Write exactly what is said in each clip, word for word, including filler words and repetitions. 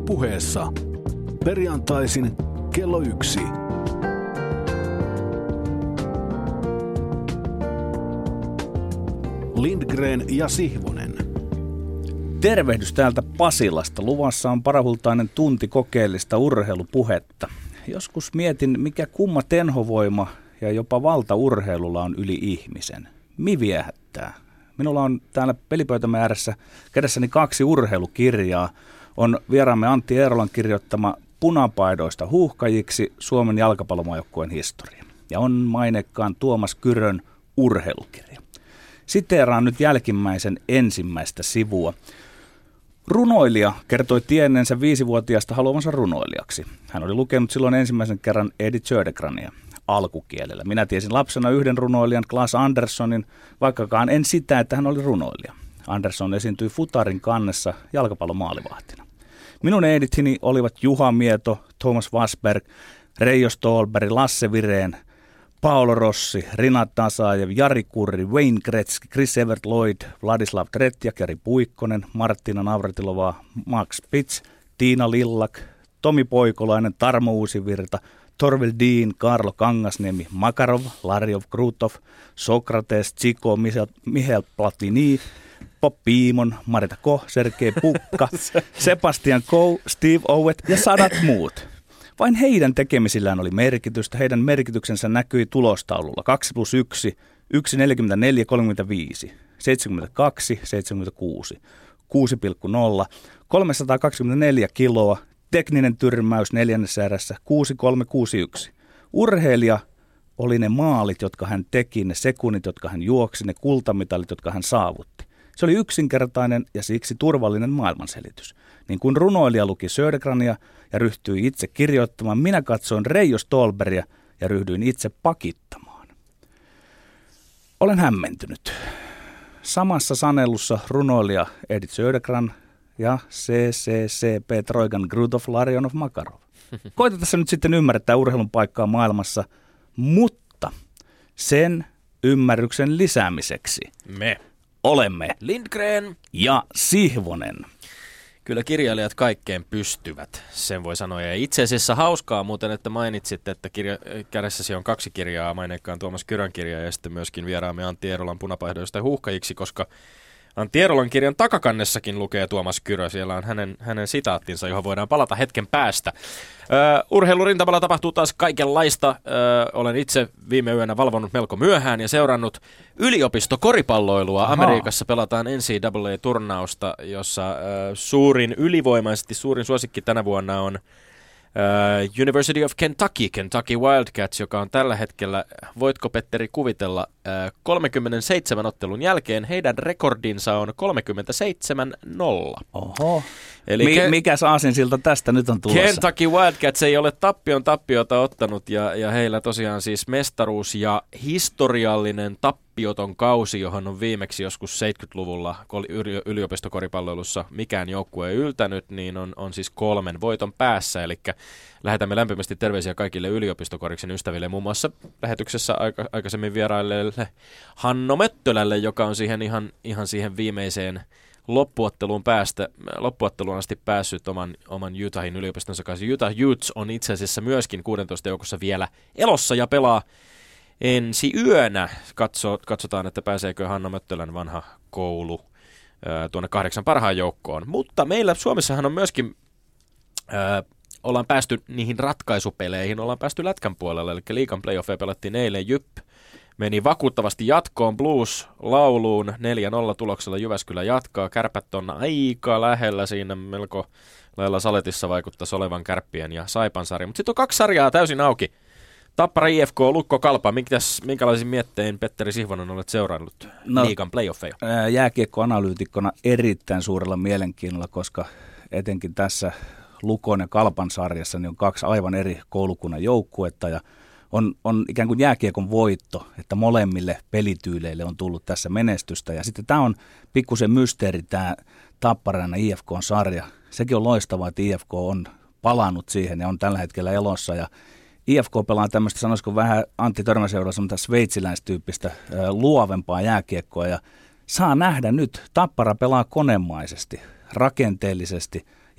Puheessa perjantaisin kello yksi. Lindgren ja Sihvonen. Tervehdys täältä Pasilasta. Luvassa on parahultainen tunti kokeellista urheilupuhetta. Joskus mietin, mikä kumma tenhovoima ja jopa valta urheilulla on yli ihmisen. Mi viehättää. Minulla on täällä pelipöytämme ääressä kädessäni kaksi urheilukirjaa. On vieraamme Antti Eerolan kirjoittama Punapaidoista huuhkajiksi Suomen jalkapallomaajoukkueen historia. Ja on mainekkaan Tuomas Kyrön urheilukirja. Siteeraan nyt jälkimmäisen ensimmäistä sivua. Runoilija kertoi tienneensä viisivuotiaasta haluamansa runoilijaksi. Hän oli lukenut silloin ensimmäisen kerran Edith Södergrania alkukielellä. Minä tiesin lapsena yhden runoilijan, Claes Anderssonin, vaikkakaan en sitä, että hän oli runoilija. Andersson esiintyi futarin kannessa jalkapallomaalivahtina. Minun Edithini olivat Juha Mieto, Thomas Wassberg, Reijo Ståhlberg, Lasse Virén, Paolo Rossi, Rinat Tasajev, Jari Kurri, Wayne Gretzky, Chris Evert Lloyd, Vladislav Tretjak, Jari Puikkonen, Martina Navratilova, Max Pitz, Tiina Lillak, Tomi Poikolainen, Tarmo Uusivirta, Torvel Dean, Karlo Kangasniemi, Makarov, Larjov, Krutov, Sokrates, Tsiko, Mihail Platini, Pop Piimon, Marita Koh, Sergei Pukka, Sebastian Coe, Steve Owet ja sadat muut. Vain heidän tekemisillään oli merkitystä. Heidän merkityksensä näkyi tulostaululla kaksi plus yksi, yksi neljäkymmentäneljä kolmekymmentäviisi, seitsemänkymmentäkaksi seitsemänkymmentäkuusi, kuusi pilkku nolla, kolmesataakaksikymmentäneljä kiloa, tekninen tyrmäys neljännessä erässä, kuusi kolme kuusi yksi. Urheilija oli ne maalit, jotka hän teki, ne sekunnit, jotka hän juoksi, ne kultamitalit, jotka hän saavutti. Se oli yksinkertainen ja siksi turvallinen maailmanselitys. Niin kuin runoilija luki Södergrania ja ryhtyi itse kirjoittamaan, minä katsoin Reijo Ståhlbergia ja ryhdyin itse pakittamaan. Olen hämmentynyt. Samassa sanelussa runoilija Edith Södergran ja C C C P Troigan Krutov, Larionov, Makarov. Koita tässä nyt sitten ymmärtää urheilun paikkaa maailmassa, mutta sen ymmärryksen lisäämiseksi me olemme Lindgren ja Sihvonen. Kyllä kirjailijat kaikkeen pystyvät, sen voi sanoa. Ja itse asiassa hauskaa muuten, että mainitsit, että kirja, kädessäsi on kaksi kirjaa, maineikkaan Tuomas Kyrön kirja ja sitten myöskin vieraamme Antti Eerolan Punapaidoista huuhkajiksi, koska Antti Eerolan kirjan takakannessakin lukee Tuomas Kyrö. Siellä on hänen, hänen sitaattinsa, johon voidaan palata hetken päästä. Ö, urheilurintamalla tapahtuu taas kaikenlaista. Ö, olen itse viime yönä valvonut melko myöhään ja seurannut yliopistokoripalloilua. Aha. Amerikassa pelataan N C double A-turnausta, jossa ö, suurin, ylivoimaisesti suurin suosikki tänä vuonna on Uh, University of Kentucky, Kentucky Wildcats, joka on tällä hetkellä, voitko Petteri kuvitella, uh, kolmekymmentäseitsemän ottelun jälkeen heidän rekordinsa on kolmekymmentäseitsemän nolla. Oho. Eli Mi- ke- mikäs aasinsilta tästä nyt on tulossa? Kentucky Wildcats ei ole tappion tappiota ottanut ja, ja heillä tosiaan siis mestaruus ja historiallinen tappioton kausi, johon on viimeksi joskus seitsemänkymmentäluvulla yliopistokoripalloilussa mikään joukkue ei yltänyt, niin on, on siis kolmen voiton päässä. Eli lähetämme lämpimästi terveisiä kaikille yliopistokoriksen ystäville, muun muassa lähetyksessä aika, aikaisemmin vierailleelle Hanno Möttölälle, joka on siihen ihan, ihan siihen viimeiseen loppuotteluun päästä, loppuotteluun asti päässyt oman, oman Utahin yliopistonsa kanssa. Utah Utes on itse asiassa myöskin kuusitoista joukossa vielä elossa ja pelaa ensi yönä. Katso, katsotaan, että pääseekö Hanna Möttölän vanha koulu ää, tuonne kahdeksan parhaan joukkoon. Mutta meillä Suomessahan on myöskin, ää, ollaan päästy niihin ratkaisupeleihin, ollaan päästy lätkän puolelle, eli liigan playoffeja pelattiin eilen. Jyp meni vakuuttavasti jatkoon Blues lauluun, neljä nolla tuloksella Jyväskylä jatkaa. Kärpät on aika lähellä siinä, melko lailla saletissa vaikuttaisi olevan Kärppien ja Saipan sarja. Mutta sitten on kaksi sarjaa täysin auki. Tappara I F K, Lukko Kalpa. Minkäs, minkälaisin miettein Petteri Sihvonen olet seurannut no, liigan playoffeja? Jääkiekkoanalyytikkona erittäin suurella mielenkiinnolla, koska etenkin tässä Lukon ja Kalpan sarjassa niin on kaksi aivan eri koulukunnan joukkuetta ja On, on ikään kuin jääkiekon voitto, että molemmille pelityyleille on tullut tässä menestystä. Ja sitten tämä on pikkusen mysteeri, tämä Tapparan I F K-sarja. Sekin on loistavaa, että I F K on palannut siihen ja on tällä hetkellä elossa. Ja I F K pelaa tämmöistä, sanoisiko vähän Antti Törmäseuralla, semmoista sveitsiläistyyppistä luovempaa jääkiekkoa. Ja saa nähdä nyt, Tappara pelaa konemaisesti, rakenteellisesti ja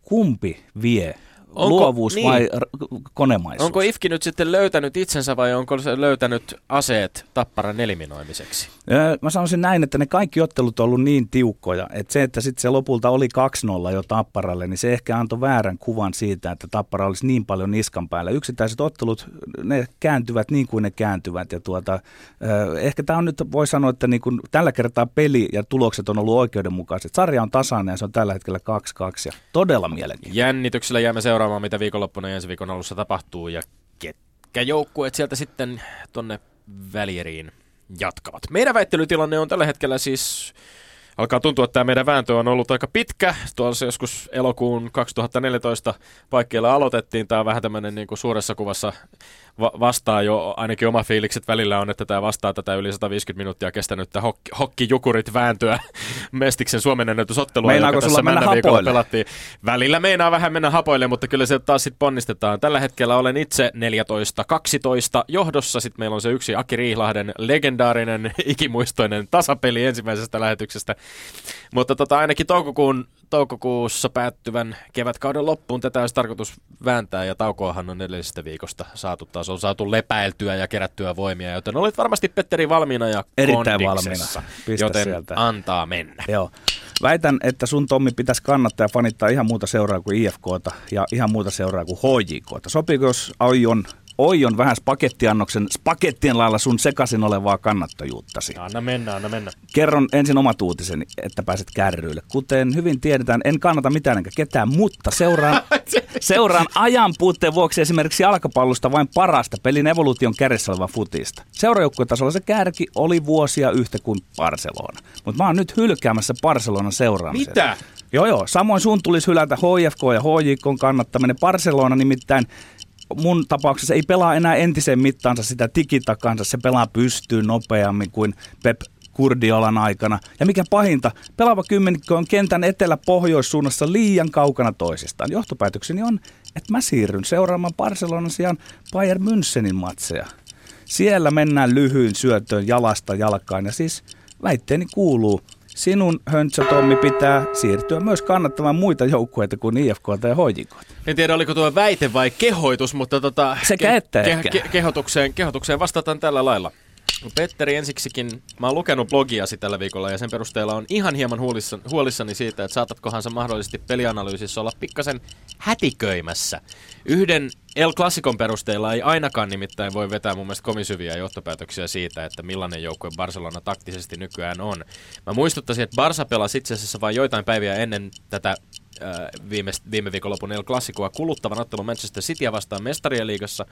kumpi vie? Onko, Luovuus niin. vai r- konemaisuus? Onko I F K nyt sitten löytänyt itsensä vai onko se löytänyt aseet Tapparan eliminoimiseksi? Öö, mä sanoisin näin, että ne kaikki ottelut on ollut niin tiukkoja, että se, että sitten se lopulta oli kaksi nolla jo Tapparalle, niin se ehkä antoi väärän kuvan siitä, että Tappara olisi niin paljon niskan päällä. Yksittäiset ottelut, ne kääntyvät niin kuin ne kääntyvät. Ja tuota, öö, ehkä tämä on nyt, voi sanoa, että niin kuin tällä kertaa peli ja tulokset on ollut oikeudenmukaiset. Sarja on tasainen ja se on tällä hetkellä kaksi kaksi ja todella mielenkiintoinen. Jännityksellä jäämme seuraamaan, mitä viikonloppuna ja ensi viikon alussa tapahtuu ja ketkä joukkueet sieltä sitten tonne välieriin jatkavat. Meidän väittelytilanne on tällä hetkellä siis, alkaa tuntua, että tämä meidän vääntö on ollut aika pitkä. Tuossa joskus elokuun kaksituhattaneljätoista paikkeilla aloitettiin. Tämä on vähän tämmöinen niin kuin suuressa kuvassa va- vastaa jo, ainakin oma fiilikset välillä on, että tämä vastaa tätä yli sata viisikymmentä minuuttia kestänyttä hokki, hokkijukurit vääntöä Mestiksen Suomen ennätysottelua, Meinaako joka sulla tässä mennä mennä viikolla hapoille? pelattiin. Välillä meinaa vähän mennä hapoille, mutta kyllä se taas sitten ponnistetaan. Tällä hetkellä olen itse neljätoista kaksitoista johdossa. Sitten meillä on se yksi Aki Riihlahden legendaarinen ikimuistoinen tasapeli ensimmäisestä lähetyksestä. Mutta tota, ainakin toukokuun, toukokuussa päättyvän kevätkauden loppuun tätä olisi tarkoitus vääntää, ja taukoahan on edellisestä viikosta saatu taas. On saatu lepäiltyä ja kerättyä voimia, joten olet varmasti, Petteri, valmiina ja Erittäin kondiksessa, valmiina. Pistä joten sieltä. antaa mennä. Joo. Väitän, että sun, Tommi, pitäisi kannattaa ja fanittaa ihan muuta seuraa kuin I F K:ta ja ihan muuta seuraa kuin H J K:ta. Sopiiko, jos Oijon, Oijon vähän spakettiannoksen, spagettien lailla sun sekaisin olevaa kannattajuuttasi? Anna mennä, anna mennä. Kerron ensin omat uutiseni, että pääset kärryille. Kuten hyvin tiedetään, en kannata mitään enkä ketään, mutta seuraan, seuraan ajan puutteen vuoksi esimerkiksi jalkapallosta vain parasta pelin evoluution kärjessä oleva futista. Seurajoukkuetasolla se kärki oli vuosia yhtä kuin Barcelona. Mutta mä oon nyt hylkäämässä Barcelonan seuraamisen. Mitä? Joo joo, samoin sun tulisi hylätä H F K ja H J K:n kannattaminen. Barcelona nimittäin mun tapauksessa ei pelaa enää entiseen mittaansa sitä tikitakansa, se pelaa pystyyn nopeammin kuin Pep Guardiolan aikana. Ja mikä pahinta, pelaava kymmenikko on kentän etelä-pohjoissuunnassa liian kaukana toisistaan. Johtopäätökseni on, että mä siirryn seuraamaan Barcelonan sijaan Bayern Münchenin matseja. Siellä mennään lyhyin syöttöön jalasta jalkaan ja siis väitteeni kuuluu, sinun, Höntsä Tommi, pitää siirtyä myös kannattamaan muita joukkueita kuin I F K:ta ja H J K:ta. En tiedä, oliko tuo väite vai kehoitus, mutta tota, Sekä ke- että ke- ehkä. ke- kehotukseen, kehotukseen vastataan tällä lailla. Petteri, ensiksikin mä oon lukenut blogiasi tällä viikolla ja sen perusteella on ihan hieman huolissa, huolissani siitä, että saatatkohan sä mahdollisesti pelianalyysissä olla pikkasen hätiköimässä. Yhden El Clasicon perusteella ei ainakaan nimittäin voi vetää mun mielestä kovin syviä johtopäätöksiä siitä, että millainen joukkue Barcelona taktisesti nykyään on. Mä muistuttaisin, että Barça pelasi itse asiassa vain joitain päiviä ennen tätä äh, viime, viime viikonlopun El Clasicoa kuluttavan ottelun Manchester Cityä vastaan Mestarien liigassa.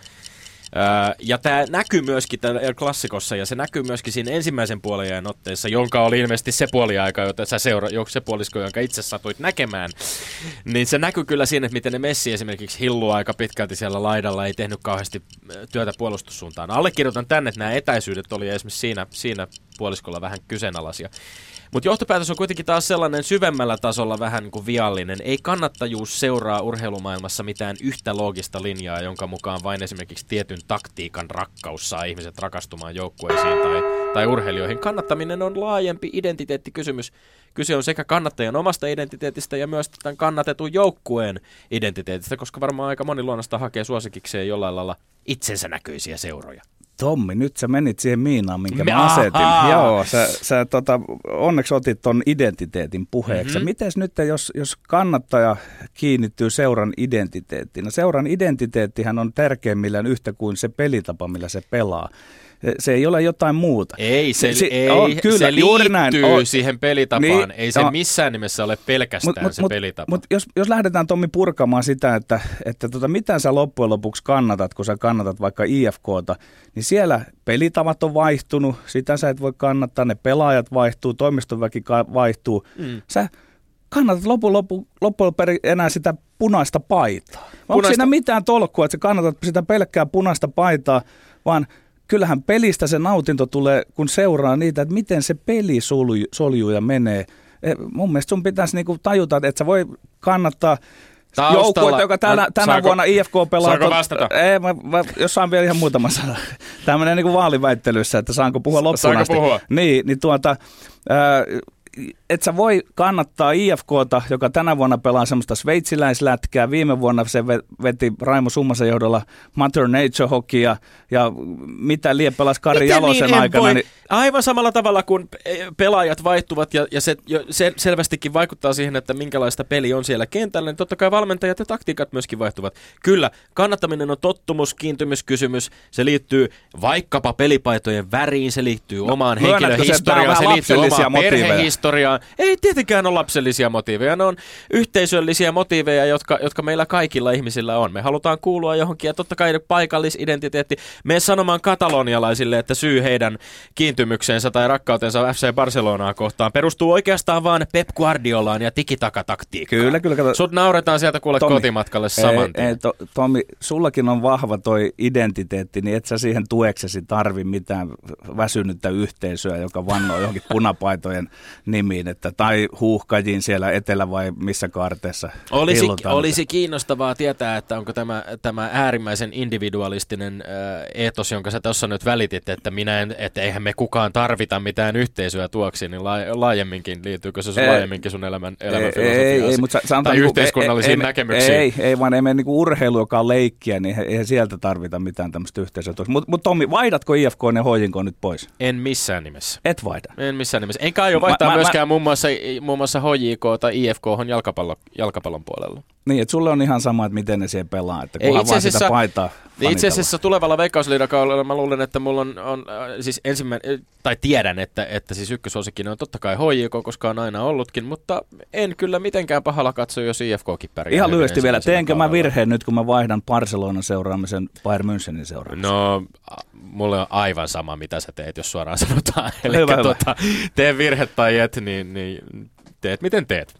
Öö, ja tämä näkyy myöskin täällä El Clasicossa, ja se näkyy myöskin siinä ensimmäisen puoliajan otteessa, jonka oli ilmeisesti se puoliaika, jota sä seura, se puolisko, jonka itse satuit näkemään. Niin se näkyy kyllä siinä, että miten ne Messi esimerkiksi hilluu aika pitkälti siellä laidalla, ei tehnyt kauheasti työtä puolustussuuntaan. Allekirjoitan tänne, että nämä etäisyydet oli esimerkiksi siinä, siinä puoliskolla vähän kyseenalaisia. Mutta johtopäätös on kuitenkin taas sellainen syvemmällä tasolla vähän niin kuin viallinen. Ei kannattajuus seuraa urheilumaailmassa mitään yhtä loogista linjaa, jonka mukaan vain esimerkiksi tietyn taktiikan rakkaus saa ihmiset rakastumaan joukkueisiin tai, tai urheilijoihin. Kannattaminen on laajempi identiteettikysymys. Kyse on sekä kannattajan omasta identiteetistä ja myös tämän kannatetun joukkueen identiteetistä, koska varmaan aika moni luonnosta hakee suosikikseen jollain lailla itsensä näköisiä seuroja. Tommi, nyt sä menit siihen miinaan, minkä mä Ahaa. asetin. Joo, sä, sä tota, onneksi otit ton identiteetin puheeksi. Mm-hmm. Mites nyt, jos, jos kannattaja kiinnittyy seuran identiteettiin? No, seuran identiteettihän on tärkeimmillään yhtä kuin se pelitapa, millä se pelaa. Se ei ole jotain muuta. Ei, se, se, ei, on, kyllä, se juuri näin. liittyy On. siihen pelitapaan. Niin, ei se no, missään nimessä ole pelkästään mut, mut, se mut, pelitapa. Mutta jos, jos lähdetään, Tommi, purkamaan sitä, että, että tota, mitä sä loppujen lopuksi kannatat, kun sä kannatat vaikka I F K:ta, niin siellä pelitavat on vaihtunut, sitä sä et voi kannattaa, ne pelaajat vaihtuu, toimistonväki vaihtuu. Mm. Sä kannatat lopun lopun, lopun perin enää sitä punaista paitaa. Punaista... Onko siinä mitään tolkkua, että sä kannatat sitä pelkkää punaista paitaa, vaan kyllähän pelistä se nautinto tulee, kun seuraa niitä, että miten se peli soljuu, soljuu ja menee. Mun mielestä sun pitäisi niinku tajuta, että sä voi kannattaa joukkuetta, joka tänä, tänä saako, vuonna I F K pelaa. Saanko vastata? Ei, mä, mä, jos saan vielä ihan muutama sana. Tämä menee niinku vaaliväittelyssä, että saanko puhua loppuun saanko asti. Puhua? Niin, niin tuota, ää, et sä voi kannattaa I F K:ta, joka tänä vuonna pelaa semmoista sveitsiläislätkää. Viime vuonna se veti Raimo Summasen johdolla Mother Nature hockeya ja mitä lie pelasi Kari Miten Jalosen niin aikana. Niin... Aivan samalla tavalla kuin pelaajat vaihtuvat ja, ja se, se selvästikin vaikuttaa siihen, että minkälaista peli on siellä kentällä, niin totta kai valmentajat ja taktiikat myöskin vaihtuvat. Kyllä, kannattaminen on tottumus, kiintymyskysymys. Se liittyy vaikkapa pelipaitojen väriin, se liittyy no, omaan henkilöhistoriaan, se, se liittyy omaan perhehistoriaan. Ei tietenkään ole lapsellisia motiiveja, ne on yhteisöllisiä motiiveja, jotka, jotka meillä kaikilla ihmisillä on. Me halutaan kuulua johonkin ja totta kai paikallisidentiteetti. Me sanomaan katalonialaisille, että syy heidän kiintymykseensä tai rakkautensa F C Barcelonaa kohtaan perustuu oikeastaan vaan Pep Guardiolaan ja tiki-taka-taktiikkaan. Kyllä, kyllä. Kato. Sut nauretaan sieltä kuule Tomi, kotimatkalle saman tien. Ei, ei, to, Tomi, sullakin on vahva toi identiteetti, niin et sä siihen tueksesi tarvi mitään väsynyttä yhteisöä, joka vannoo johonkin punapaitojen nimiin, että, tai huuhkajiin siellä etelä- vai missä kaarteessa olisi, olisi kiinnostavaa tietää, että onko tämä, tämä äärimmäisen individualistinen äh, eetos, jonka sä tuossa nyt välitit, että minä en, että eihän me kukaan tarvita mitään yhteisöä tuoksi, niin laa, laajemminkin, liittyykö se sun laajemminkin sun elämän, elämän filosofiaasi tai yhteiskunnallisiin ei, näkemyksiin? Ei, ei, vaan ei mene niinku urheilu, joka on leikkiä, niin eihän sieltä tarvita mitään tämmöistä yhteisöä tuoksi. Mutta mut Tommi, vaihdatko I F K ja H J K nyt pois? En missään nimessä. Et vaihda? En missään nimessä. Enkä aio vaihtaa mä, myöskään mä, muun, muassa, muun muassa H J K tai I F K jalkapallo, jalkapallon puolella. Niin, että sulle on ihan sama, että miten ne siellä pelaa, että kunhan vaan sitä paitaa fanitella. Itse asiassa tulevalla Veikkausliigakaudella mä luulen, että mulla on, on äh, siis ensimmäinen, tai tiedän, että, että siis ykkösuosikin on totta kai H J K, koska on aina ollutkin, mutta en kyllä mitenkään pahalla katso, jos I F K:kin pärjää. Ihan lyhyesti vielä, teenkö mä virheen nyt, kun mä vaihdan Barcelonan seuraamisen Bayern Münchenin seuraamisen? No, mulle on aivan sama, mitä sä teet, jos suoraan sanotaan. Eli hyvä, tota, tee virhe tai et, niin, niin teet miten teet.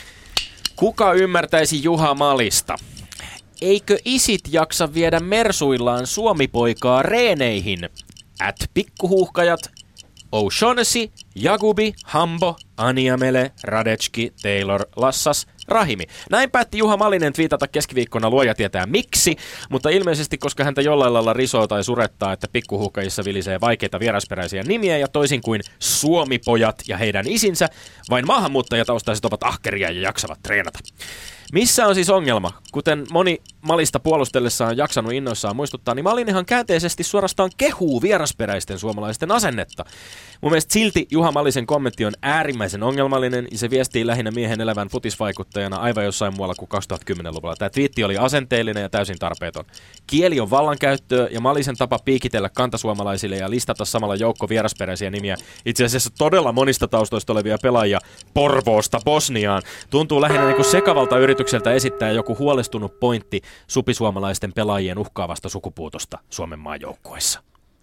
Kuka ymmärtäisi Juha Malista? Eikö isit jaksa viedä mersuillaan suomipoikaa reeneihin? At pikkuhuuhkajat, O'Shaughnessy, Jagubi, Hambo, Aniamele, Radetski, Taylor, Lassas, Rahimi. Näin päätti Juha Malinen twiitata keskiviikkona, luoja tietää miksi, mutta ilmeisesti koska häntä jollain lailla risoo tai surettaa, että pikkuhuuhkajissa vilisee vaikeita vierasperäisiä nimiä ja toisin kuin suomipojat ja heidän isinsä, vain maahanmuuttajataustaiset ovat ahkeria ja jaksavat treenata. Missä on siis ongelma? Kuten moni Malista puolustellessaan jaksanut innoissaan muistuttaa, niin Malinenhan käänteisesti suorastaan kehuu vierasperäisten suomalaisten asennetta. Mun mielestä silti Juha Malisen kommentti on äärimmäisen ongelmallinen ja se viestii lähinnä miehen elävän futisvaikuttajana aivan jossain muualla kuin kaksituhattakymmenluvulla. Tämä twiitti oli asenteellinen ja täysin tarpeeton. Kieli on vallankäyttöä ja Malisen tapa piikitellä kantasuomalaisille ja listata samalla joukko vierasperäisiä nimiä, itse asiassa todella monista taustoista olevia pelaajia Porvoosta Bosniaan, tuntuu lähinnä niin kuin sekavalta yritykseltä esittää joku huolestunut pointti supisuomalaisten pelaajien uhkaavasta sukupuutosta Suomen maajoukkueessa.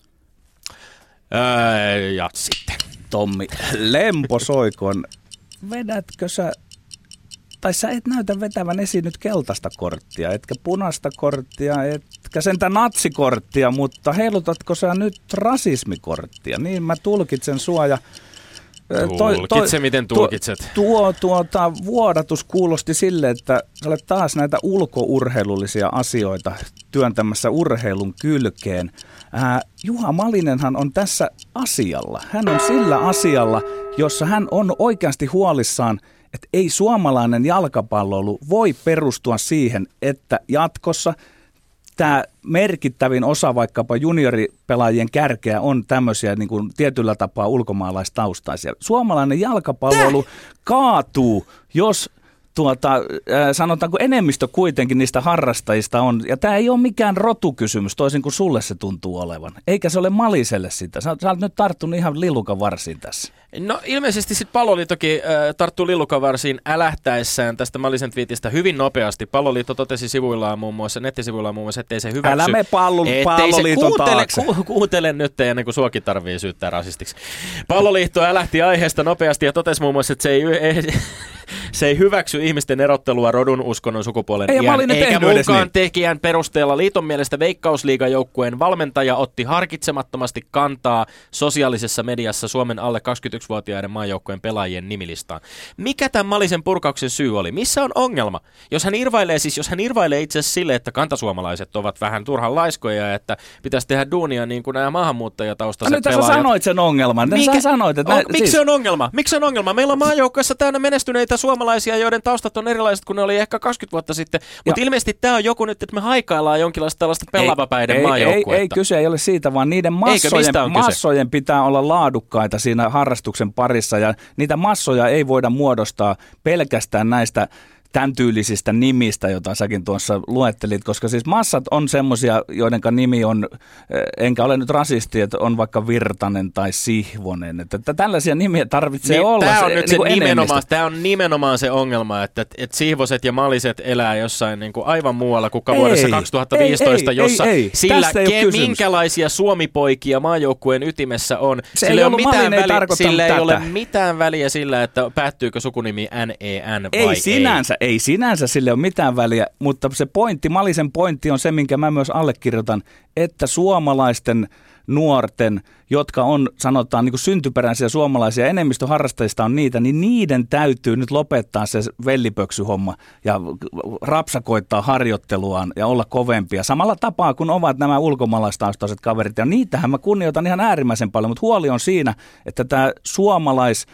Öö, ja sitten. Tommi, lemposoikon, vedätkö sä, tai sä et näytä vetävän esiin nyt keltaista korttia, etkä punaista korttia, etkä sentä natsikorttia, mutta heilutatko sä nyt rasismikorttia? Niin mä tulkitsen sua ja... Tulkitse, miten tulkitset. Tuo, tuo tuota, vuodatus kuulosti sille, että sä olet taas näitä ulkourheilullisia asioita työntämässä urheilun kylkeen. Ää, Juha Malinenhan on tässä asialla. Hän on sillä asialla, jossa hän on oikeasti huolissaan, että ei suomalainen jalkapalloilu voi perustua siihen, että jatkossa tämä merkittävin osa vaikkapa junioripelaajien kärkeä on tämmöisiä niin kuin tietyllä tapaa ulkomaalaistaustaisia. Suomalainen jalkapalloilu kaatuu, jos tuota, äh, sanotaanko enemmistö kuitenkin niistä harrastajista on. Ja tämä ei ole mikään rotukysymys, toisin kuin sulle se tuntuu olevan. Eikä se ole Maliselle sitä. Sä, sä olet nyt tarttunut ihan lillukan varsiin tässä. No ilmeisesti sitten Palloliittokin äh, tarttuu lillukavarsiin älähtäessään tästä Malisen twiitistä hyvin nopeasti. Palloliitto totesi sivuillaan muun muassa, nettisivuillaan muun muassa, ettei se hyväksy. Älä me pallo, Palloliiton kuuntele, taakse. Ku, kuuntele nyt ennen kuin suokin tarvii syyttää rasistiksi. Palloliitto älähti aiheesta nopeasti ja totesi muun muassa, että se ei, ei, Se ei hyväksy ihmisten erottelua rodun, uskonnon, sukupuolen, ei, iän, eikä muunkaan niin. tekijän perusteella. Liiton mielestä Veikkausliigajoukkueen valmentaja otti harkitsemattomasti kantaa sosiaalisessa mediassa Suomen alle kaksikymmentäyksivuotiaiden maajoukkueen pelaajien nimilistaan. Mikä tämän Malisen purkauksen syy oli? Missä on ongelma? Jos hän irvailee, siis jos hän irvailee itse asiassa sille, että kantasuomalaiset ovat vähän turhan laiskoja ja että pitäisi tehdä duunia niin kuin nämä maahanmuuttajataustaiset no, pelaajat. Sä sanoit sen ongelman. Mikä? Sä sanoit, että on, nä, miksi siis... se on ongelma? Miksi on ongelma? Meillä on maajoukkueessa täynnä menestyneitä suomalaisia, joiden taustat on erilaiset kuin ne oli ehkä kaksikymmentä vuotta sitten. Mutta ilmeisesti tämä on joku nyt, että me haikaillaan jonkinlaista tällaista pelaavapäiden maajoukkuetta. Ei, ei, kyse ei ole siitä, vaan niiden massojen, massojen pitää olla laadukkaita siinä harrastuksen parissa ja niitä massoja ei voida muodostaa pelkästään näistä tämän tyylisistä nimistä, joita säkin tuossa luettelit, koska siis massat on semmoisia, joiden nimi on, enkä ole nyt rasisti, että on vaikka Virtanen tai Sihvonen, että, että tällaisia nimiä tarvitsee niin, olla. Tämä on, se, nyt niin se nimenomaan, tämä on nimenomaan se ongelma, että, että Sihvoset ja Maliset elää jossain niin kuin aivan muualla kuin vuodessa kaksituhattaviisitoista, ei, ei, jossa ei, ei, sillä ke, minkälaisia suomipoikia maajoukkueen ytimessä on. Se sillä ei, ei, ole mitään väliä, sillä ei ole mitään väliä sillä, että päättyykö sukunimi N E N vai ei. Sinänsä, ei. Ei sinänsä sille ole mitään väliä, mutta se pointti, Malisen pointti on se, minkä mä myös allekirjoitan, että suomalaisten nuorten, jotka on sanotaan niin kuin syntyperäisiä suomalaisia, enemmistö harrastajista on niitä, niin niiden täytyy nyt lopettaa se vellipöksyhomma ja rapsakoittaa harjoitteluaan ja olla kovempia. Samalla tapaa kuin ovat nämä ulkomaalaistaustaiset kaverit, ja niitähän mä kunnioitan ihan äärimmäisen paljon, mutta huoli on siinä, että tämä suomalais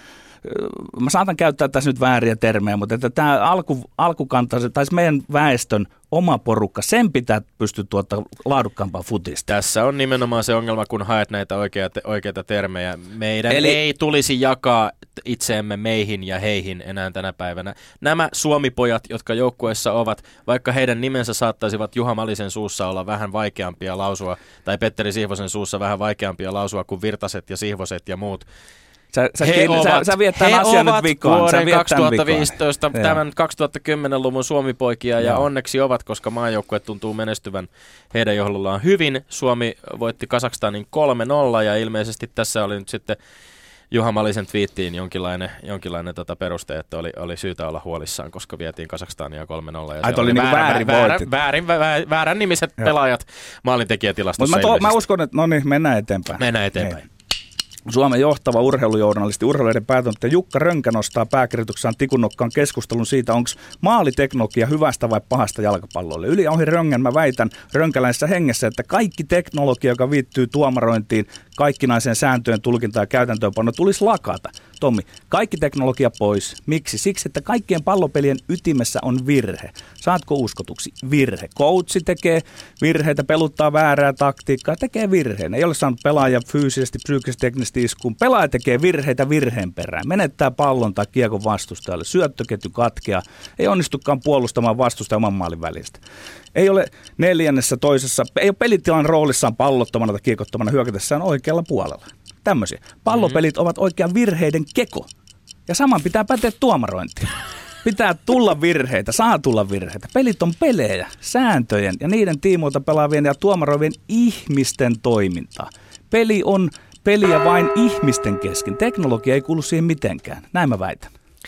mä saatan käyttää tässä nyt vääriä termejä, mutta että tämä alku, alkukanta, tai meidän väestön oma porukka, sen pitää pystyä tuottaa laadukkaampaa futista. Tässä on nimenomaan se ongelma, kun haet näitä oikeita, oikeita termejä. Meidän Eli... ei tulisi jakaa itseemme meihin ja heihin enää tänä päivänä. Nämä suomipojat, jotka joukkueessa ovat, vaikka heidän nimensä saattaisivat Juha Malisen suussa olla vähän vaikeampia lausua, tai Petteri Sihvosen suussa vähän vaikeampia lausua kuin Virtaset ja Sihvoset ja muut, Sä, sä, he kiinni, ovat, sä, sä viet tämän he asian ovat nyt vikaan. vuoden kaksituhattaviisitoista, vikaan. tämän kaksituhattakymmenluvun Suomipoikia ja Joo. onneksi ovat, koska maajoukkue tuntuu menestyvän heidän johdollaan hyvin. Suomi voitti Kazakstanin kolme nolla ja ilmeisesti tässä oli nyt sitten Juha Malisen twiittiin jonkinlainen, jonkinlainen tota peruste, että oli, oli syytä olla huolissaan, koska vietiin Kazakstania kolme nolla. Ai, oli niin väärin väärän, väärin, väärin, väärän nimiset Joo. pelaajat maalintekijätilastossa. Mutta mä, mä uskon, että no niin, mennään eteenpäin. Mennään eteenpäin. Ei. Suomen johtava urheilujournalisti, urheilijoiden päätoimittaja Jukka Rönkä nostaa pääkirjoituksessaan tikunnokkaan keskustelun siitä, onko maaliteknologia hyvästä vai pahasta jalkapallolle. Yli ohi Röngän mä väitän rönkäläisessä hengessä, että kaikki teknologia, joka viittyy tuomarointiin, kaikkinaiseen sääntöjen tulkintaan ja käytäntöönpanoon, tulisi lakata. Tommi, kaikki teknologia pois. Miksi? Siksi, että kaikkien pallopelien ytimessä on virhe. Saatko uskotuksi? Virhe. Coachi tekee virheitä, peluttaa väärää taktiikkaa, tekee virheen. Ei ole saanut pelaaja fyysisesti, psyykkisesti, teknisesti iskuun. Pelaaja tekee virheitä virheen perään. Menettää pallon tai kiekon vastustajalle. Syöttöketju katkeaa. Ei onnistukaan puolustamaan vastusta oman maalin välistä. Ei ole neljännessä toisessa, ei ole pelitilan roolissaan pallottomana tai kiekottomana hyökätessään oikealla puolella. Tämmöisiä. Pallopelit ovat oikean virheiden keko. Ja saman pitää päteä tuomarointiin. Pitää tulla virheitä, saa tulla virheitä. Pelit on pelejä, sääntöjen ja niiden tiimoilta pelaavien ja tuomaroivien ihmisten toimintaa. Peli on peliä vain ihmisten kesken. Teknologia ei kuulu siihen mitenkään. Näin mä väitän.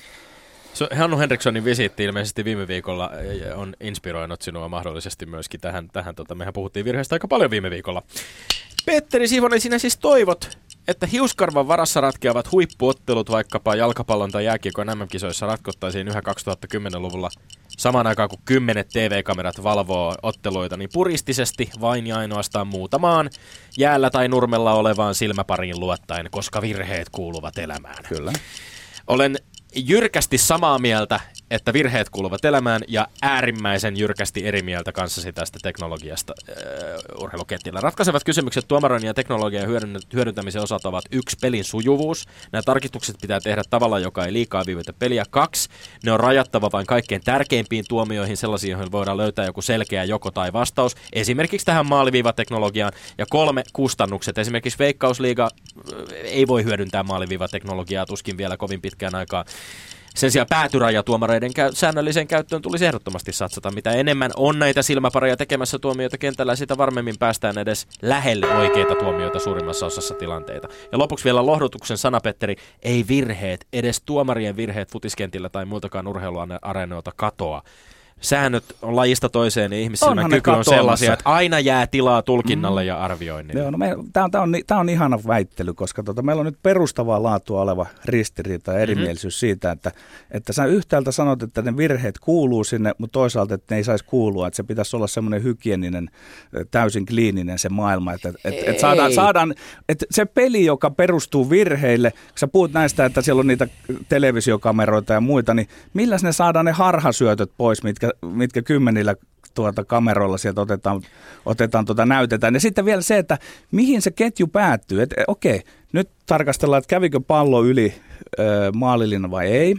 So, Hannu Henrikssonin visiitti ilmeisesti viime viikolla on inspiroinut sinua mahdollisesti myöskin tähän. tähän tota, mehän puhuttiin virheistä aika paljon viime viikolla. Petteri Sihvonen, sinä siis toivot, että hiuskarvan varassa ratkeavat huippuottelut vaikkapa jalkapallon tai jääkiekon M M-kisoissa ratkottaisiin yhä kaksituhattakymmenluvulla samaan aikaan kun kymmenet T V-kamerat valvoo otteluita, niin puristisesti vain ja ainoastaan muutamaan jäällä tai nurmella olevaan silmäpariin luottaen, koska virheet kuuluvat elämään. Kyllä. Olen jyrkästi samaa mieltä, että virheet kuuluvat elämään ja äärimmäisen jyrkästi eri mieltä kanssasi tästä teknologiasta uh, urheilukentillä. Ratkaisevat kysymykset tuomaroinnin ja teknologian hyödyntämisen osalta ovat yksi, pelin sujuvuus. Nämä tarkistukset pitää tehdä tavalla, joka ei liikaa viivytä peliä. Kaksi, ne on rajattava vain kaikkein tärkeimpiin tuomioihin, sellaisiin, joihin voidaan löytää joku selkeä joko tai vastaus. Esimerkiksi tähän maaliviivateknologiaan. Ja kolme, kustannukset. Esimerkiksi Veikkausliiga ei voi hyödyntää maaliviivateknologiaa tuskin vielä kovin pitkään aikaa. Sen sijaan päätyrajatuomareiden käy- säännölliseen käyttöön tulisi ehdottomasti satsata. Mitä enemmän on näitä silmäpareja tekemässä tuomioita kentällä, sitä varmemmin päästään edes lähelle oikeita tuomioita suurimmassa osassa tilanteita. Ja lopuksi vielä lohdutuksen sana, Petteri, ei virheet, edes tuomarien virheet futiskentillä tai muiltakaan urheiluareenoilta katoa. Säännöt on lajista toiseen ja ihmissilmän kyky on sellaisia, että aina jää tilaa tulkinnalle mm. ja arvioinnille. Joo, no tämä on, on, on ihana väittely, koska tota, meillä on nyt perustavaa laatua oleva ristiriita ja erimielisyys mm-hmm. siitä, että, että sä yhtäältä sanot, että ne virheet kuuluu sinne, mutta toisaalta, että ne ei saisi kuulua, että se pitäisi olla semmoinen hygieninen, täysin kliininen se maailma, että, että, että saadaan, saadaan, että se peli, joka perustuu virheille, kun sä puhut näistä, että siellä on niitä televisiokameroita ja muita, niin milläs ne saadaan ne harhasyötöt pois, mitkä mitkä kymmenillä tuota kameroilla sieltä otetaan, otetaan tuota näytetään. Ja sitten vielä se, että mihin se ketju päättyy. Että okei, nyt tarkastellaan, että kävikö pallo yli ö, maalillinen vai ei.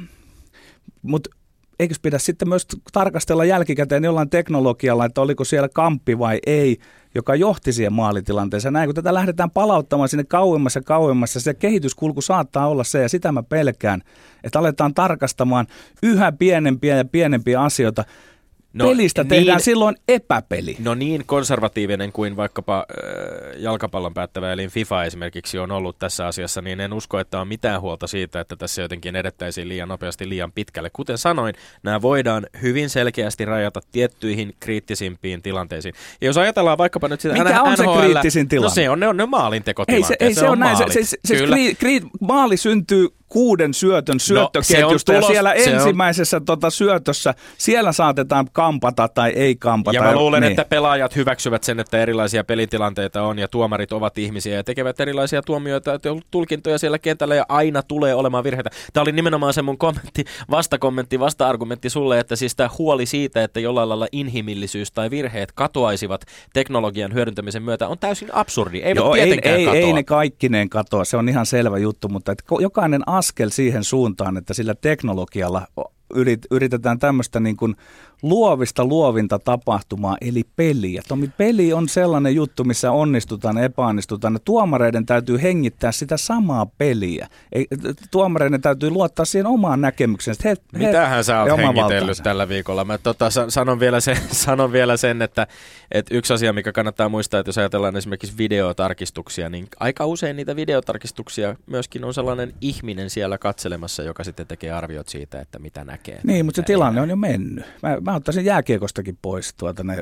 Mutta eikös pidä sitten myös tarkastella jälkikäteen jollain teknologialla, että oliko siellä kamppi vai ei, joka johti siihen maalitilanteeseen. Näin, kun tätä lähdetään palauttamaan sinne kauemmassa ja kauemmassa, se kehityskulku saattaa olla se, ja sitä mä pelkään, että aletaan tarkastamaan yhä pienempiä ja pienempiä asioita. No, pelistä tehdään niin, silloin epäpeli. No niin konservatiivinen kuin vaikkapa äh, jalkapallon päättävä elin FIFA esimerkiksi on ollut tässä asiassa, niin en usko, että on mitään huolta siitä, että tässä jotenkin edettäisiin liian nopeasti liian pitkälle. Kuten sanoin, nämä voidaan hyvin selkeästi rajata tiettyihin kriittisimpiin tilanteisiin. Ja jos ajatellaan vaikkapa nyt sitä Mikä N H L, on se kriittisin tilanne? No se on ne, on ne maalintekotilanteet. Ei se, ei se, se on näin. Se, se, se, se kri, kri, maali syntyy kuuden syötön syöttöketjusta no, ja siellä ensimmäisessä on tota, syötössä, siellä saatetaan kampata tai ei kampata. Ja mä luulen, niin. että pelaajat hyväksyvät sen, että erilaisia pelitilanteita on ja tuomarit ovat ihmisiä ja tekevät erilaisia tuomioita ja tulkintoja siellä kentällä ja aina tulee olemaan virheitä. Tämä oli nimenomaan se mun kommentti, vastakommentti, vasta-argumentti sulle, että siis tämä huoli siitä, että jollain lailla inhimillisyys tai virheet katoaisivat teknologian hyödyntämisen myötä on täysin absurdi. Ei Joo, tietenkään ei, katoa. Ei ne kaikkineen katoa, se on ihan selvä juttu, mutta että jokainen askel siihen suuntaan, että sillä teknologialla yritetään tämmöistä niin kuin luovista luovinta tapahtumaa, eli peliä. Tomi, peli on sellainen juttu, missä onnistutaan, epäonnistutaan. Tuomareiden täytyy hengittää sitä samaa peliä. Ei, tuomareiden täytyy luottaa siihen omaan näkemykseen. He, Mitähän sä oot hengitellyt tällä viikolla? Mä tota, sanon, vielä sen, sanon vielä sen, että, että yksi asia, mikä kannattaa muistaa, että jos ajatellaan esimerkiksi videotarkistuksia, niin aika usein niitä videotarkistuksia myöskin on sellainen ihminen siellä katselemassa, joka sitten tekee arviot siitä, että mitä näkee. Niin, mutta se tilanne on jo mennyt. Mä, mä ottaisin jääkiekostakin pois tuota ne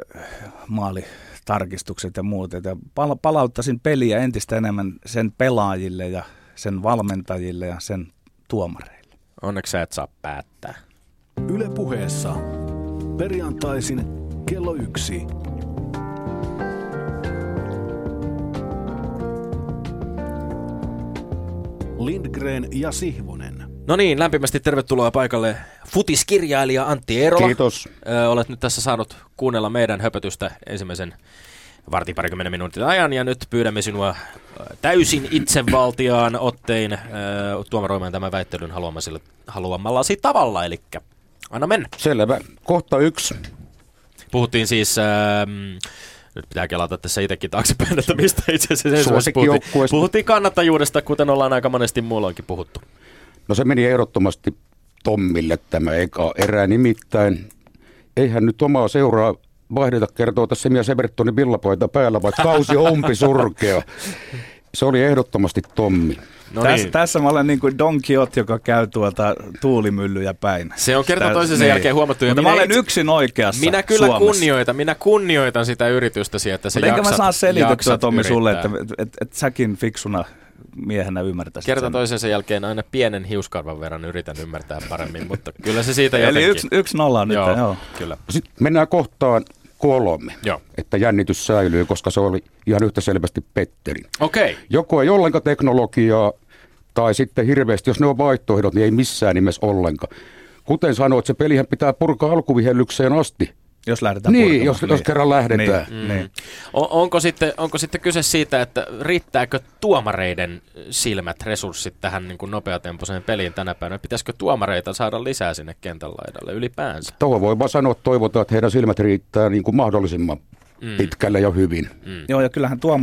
maalitarkistukset ja muut. Ja pala- palauttaisin peliä entistä enemmän sen pelaajille ja sen valmentajille ja sen tuomareille. Onneksi sä et saa päättää. Yle Puheessa perjantaisin kello yksi. Lindgren ja Sihvonen. No niin, lämpimästi tervetuloa paikalle futiskirjailija Antti Eerola. Kiitos. Ö, olet nyt tässä saanut kuunnella meidän höpötystä ensimmäisen vartin parikymmentä minuutin ajan, ja nyt pyydämme sinua täysin itsevaltiaan ottein ö, tuomaroimaan tämän väittelyn haluamallasi tavalla, eli anna mennä. Selvä. Kohta yksi. Puhuttiin siis... Ö, Nyt pitää kelata tässä itsekin taaksepäin, että mistä itse asiassa puhuttiin. Puhuttiin kannattajuudesta, kuten ollaan aika monesti muulloinkin puhuttu. No se meni ehdottomasti Tommille tämä eka erä, nimittäin eihän nyt omaa seuraa vaihdeta, kertoo tässä Mia Severtonin villapaita päällä, vaikka kausi on umpisurkea. Se oli ehdottomasti Tommi. No Täs, niin. Tässä mä olen niin kuin Don Quixote, joka käy tuolta tuulimyllyjä päin. Se on kerta toisensa niin. jälkeen huomattu. Mutta mä olen yksin oikeassa Minä kyllä Suomessa. kunnioitan, minä kunnioitan sitä yritystäsi, että sä jaksat, enkä mä saa selitettyä, Tommi, yrittää. sulle, että et, et, et säkin fiksuna miehenä ymmärtäisit Kerta sen. toisensa jälkeen aina pienen hiuskarvan verran yritän ymmärtää paremmin, mutta kyllä se siitä jotenkin. Eli yksi, yksi nolla nyt. Joo, joo. Kyllä. Sitten mennään kohtaan kolme, Joo. että jännitys säilyy, koska se oli ihan yhtä selvästi Petterin. Okei. Okay. Joko ei ollenkaan teknologiaa, tai sitten hirveästi, jos ne on vaihtoehdot, niin ei missään nimessä ollenkaan. Kuten sanoit, se pelihän pitää purkaa alkuvihellykseen asti. Jos lähdetään Niin, jos, jos kerran lähdetään. Niin, mm. niin. On, onko, sitten, onko sitten kyse siitä, että riittääkö tuomareiden silmät, resurssit tähän niin kuin nopeatempoiseen peliin tänä päivänä? Pitäisikö tuomareita saada lisää sinne kentän laidalle ylipäänsä? Tuohon voi vaan sanoa, että toivotaan, että heidän silmät riittää niin kuin mahdollisimman mm. pitkälle ja hyvin. Mm. Joo, ja kyllähän tuomari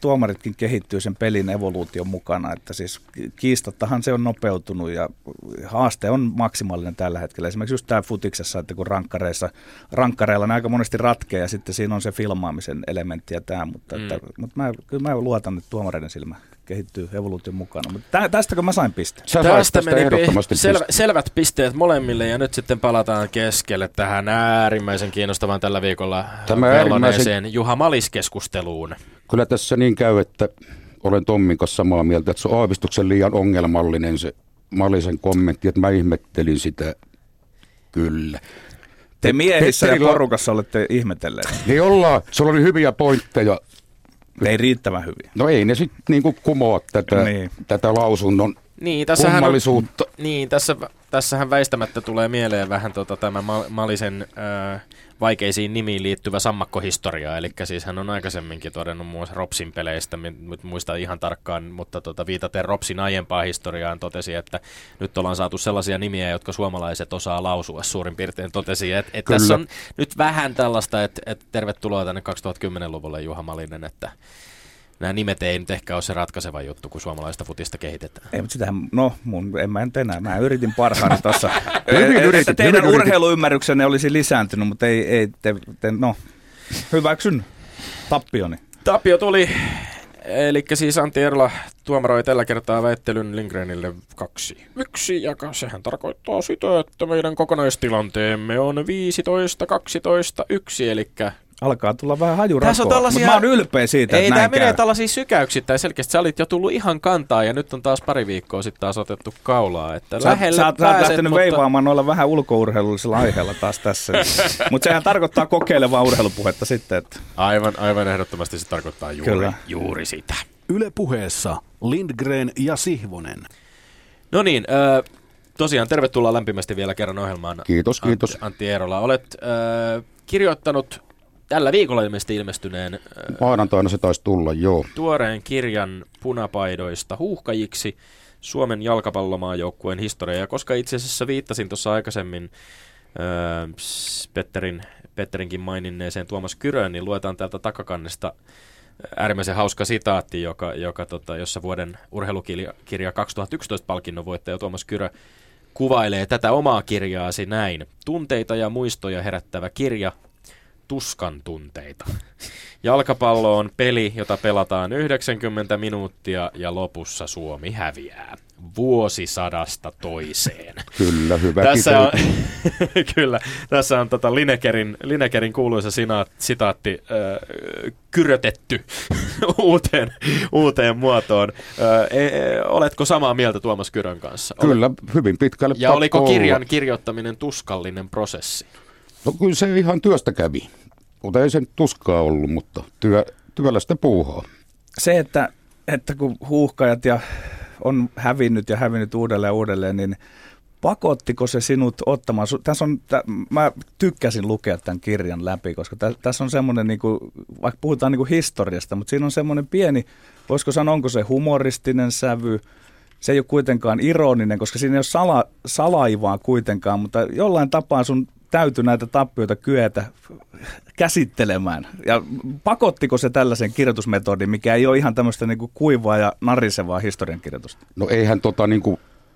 tuomaritkin kehittyy sen pelin evoluution mukana, että siis kiistattahan se on nopeutunut ja haaste on maksimaalinen tällä hetkellä. Esimerkiksi just tämä futiksessa, että kun rankkareissa, rankkareilla ne aika monesti ratkee ja sitten siinä on se filmaamisen elementti ja tämä, mutta, mm. että, mutta mä, kyllä mä luotan, että tuomareiden silmä kehittyy evoluution mukana. Mutta tä, tästäkö mä sain pisteen? Tästä, tästä meni selvä, selvät pisteet molemmille ja nyt sitten palataan keskelle tähän äärimmäisen kiinnostavaan tällä viikolla velloneeseen Juha Malis-keskusteluun. Kyllä tässä niin käy, että olen Tommin kanssa samaa mieltä, että se on aavistuksen liian ongelmallinen se Malisen kommentti, että mä ihmettelin sitä kyllä. Te miehissä ja porukassa olette ihmetelleet. Niin ollaan, sulla oli hyviä pointteja. Ei riittävän hyviä. No ei ne sitten niinku kumoa tätä, niin. tätä lausunnon niin, kummallisuutta. On, niin, tässä, tässähän väistämättä tulee mieleen vähän tota, tämä Malisen äh, vaikeisiin nimiin liittyvä sammakkohistoria. Eli siis hän on aikaisemminkin todennut muun muassa Ropsin peleistä, nyt muistan ihan tarkkaan, mutta tota, viitaten Ropsin aiempaan historiaan totesi, että nyt ollaan saatu sellaisia nimiä, jotka suomalaiset osaa lausua suurin piirtein. Totesi, että et tässä on nyt vähän tällaista, että et tervetuloa tänne kaksituhattakymmenluvulle Juha Malinen, että nämä nimet ei nyt ehkä ole se ratkaiseva juttu, kun suomalaista futista kehitetään. Ei, mutta sitähän, no, mun, en mä nyt enää. Mä yritin parhaani tuossa. Että teidän urheiluymmärryksenne olisi lisääntynyt, mutta ei, ei te, te, no, hyväksyn tappioni. Tappio tuli, eli siis Antti Eerola tuomaroi tällä kertaa väittelyn Lindgrenille kaksi yksi, ja sehän tarkoittaa sitä, että meidän kokonaistilanteemme on viisitoista kaksitoista yksi, eli alkaa tulla vähän hajurakoa, mutta mä oon ylpeä siitä, ei, että näin tämä menee käy. tällaisia sykäyksittäin. Selkeästi sä olit jo tullut ihan kantaa ja nyt on taas pari viikkoa sitten taas otettu kaulaa. Että sä, lähelle sä, pääset, sä oot lähtenyt mutta veivaamaan noilla vähän ulkourheilullisilla aiheella taas tässä. Mutta sehän tarkoittaa kokeilevaa urheilupuhetta sitten. Että Aivan, aivan ehdottomasti se tarkoittaa juuri, juuri sitä. Yle Puheessa Lindgren ja Sihvonen. No niin, äh, tosiaan tervetuloa lämpimästi vielä kerran ohjelmaan. Kiitos, kiitos. Antti, Antti Eerola, olet äh, kirjoittanut tällä viikolla ilmeisesti ilmestyneen maanantaina se taisi tulla, joo. tuoreen kirjan punapaidoista huuhkajiksi Suomen jalkapallomaajoukkueen historia. Ja koska itse asiassa viittasin tuossa aikaisemmin äh, Petterin, Petterinkin maininneeseen Tuomas Kyröön, niin luetaan täältä takakannesta äärimmäisen hauska sitaatti, joka, joka, tota, jossa vuoden urheilukirja kaksituhattayksitoista palkinnon voittaja Tuomas Kyrö kuvailee tätä omaa kirjaasi näin. Tunteita ja muistoja herättävä kirja, tuskan tunteita. Jalkapallo on peli, jota pelataan yhdeksänkymmentä minuuttia ja lopussa Suomi häviää. Vuosisadasta toiseen. Kyllä, hyvä. Tässä on, kyllä, tässä on tota Linekerin, Linekerin kuuluisa sina, sitaatti äh, kyrötetty uuteen, uuteen muotoon. Äh, e, oletko samaa mieltä Tuomas Kyrön kanssa? Kyllä, Olet, hyvin pitkälle. Ja oliko kirjan olla. kirjoittaminen tuskallinen prosessi? No kyllä se ihan työstä kävi. Mutta ei sen tuskaa ollut, mutta työ, työllä sitä puuhaa. Se, että, että kun huuhkajat ja on hävinnyt ja hävinnyt uudelleen ja uudelleen, niin pakottiko se sinut ottamaan? Tässä on, tä, mä tykkäsin lukea tämän kirjan läpi, koska tä, tässä on semmoinen, niin kuin, vaikka puhutaan niin kuin historiasta, mutta siinä on semmoinen pieni, voisiko sanoa, onko se humoristinen sävy, se ei ole kuitenkaan ironinen, koska siinä ei ole sala, salaivaa kuitenkaan, mutta jollain tapaa sun täytyy näitä tappioita kyetä käsittelemään. Ja pakottiko se tällaisen kirjoitusmetodin, mikä ei ole ihan tämmöistä niinku kuivaa ja narisevaa historiankirjoitusta? No eihän tota niinku,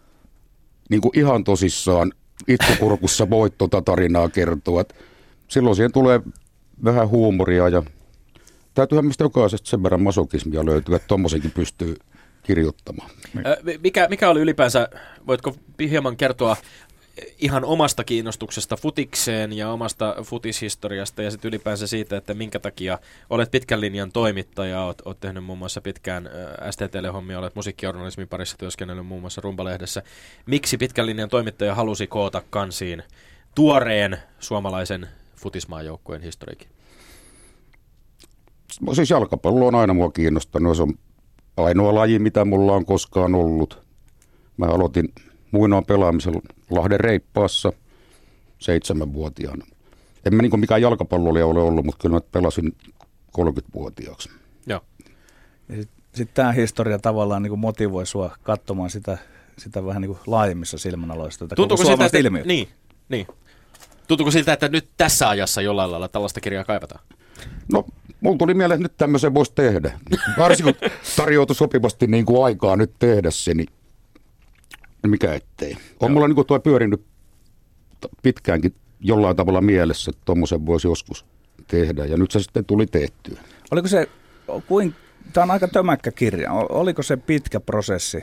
niinku ihan tosissaan itkukurkussa voi tota tarinaa kertoa. Et silloin siihen tulee vähän huumoria ja täytyyhän mistä jokaisesta sen verran masokismia löytyy, että tommosenkin pystyy kirjoittamaan. Mikä, mikä oli ylipäänsä, voitko hieman kertoa ihan omasta kiinnostuksesta futikseen ja omasta futishistoriasta ja sitten ylipäänsä siitä, että minkä takia olet pitkän linjan toimittaja, olet, olet tehnyt muun muassa pitkään S T T-hommia, olet musiikkijournalismin parissa työskennellyt muun muassa Rumpalehdessä. Miksi pitkän linjan toimittaja halusi koota kansiin tuoreen suomalaisen futismaajoukkueen historiikin? Siis jalkapallo on aina mua kiinnostanut, se on ainoa laji, mitä mulla on koskaan ollut. Mä aloitin muinoin pelaamisen Lahden Reippaassa seitsemänvuotiaana. En mä niin kuin mikään jalkapalloilija ole ollut, mutta kyllä mä pelasin kolmekymmentävuotiaaksi. Joo. Sitten sit tämä historia tavallaan niin kuin motivoi sua katsomaan sitä, sitä vähän niin kuin laajemmissa silmänaloissa. Tuntuuko siltä, että, niin, niin. Tuntuuko siltä, että nyt tässä ajassa jollain lailla tällaista kirjaa kaivataan? No Mulla tuli mieleen, että nyt tämmöisen voisi tehdä. Varsinkin kun tarjoutui sopivasti niin kuin aikaa nyt tehdä se, niin mikä ettei. On mulla niin kuin tuo pyörinyt pitkäänkin jollain tavalla mielessä, että tuommoisen voisi joskus tehdä. Ja nyt se sitten tuli tehtyä. Oliko se, kuin, tämä on aika tömäkkä kirja, oliko se pitkä prosessi?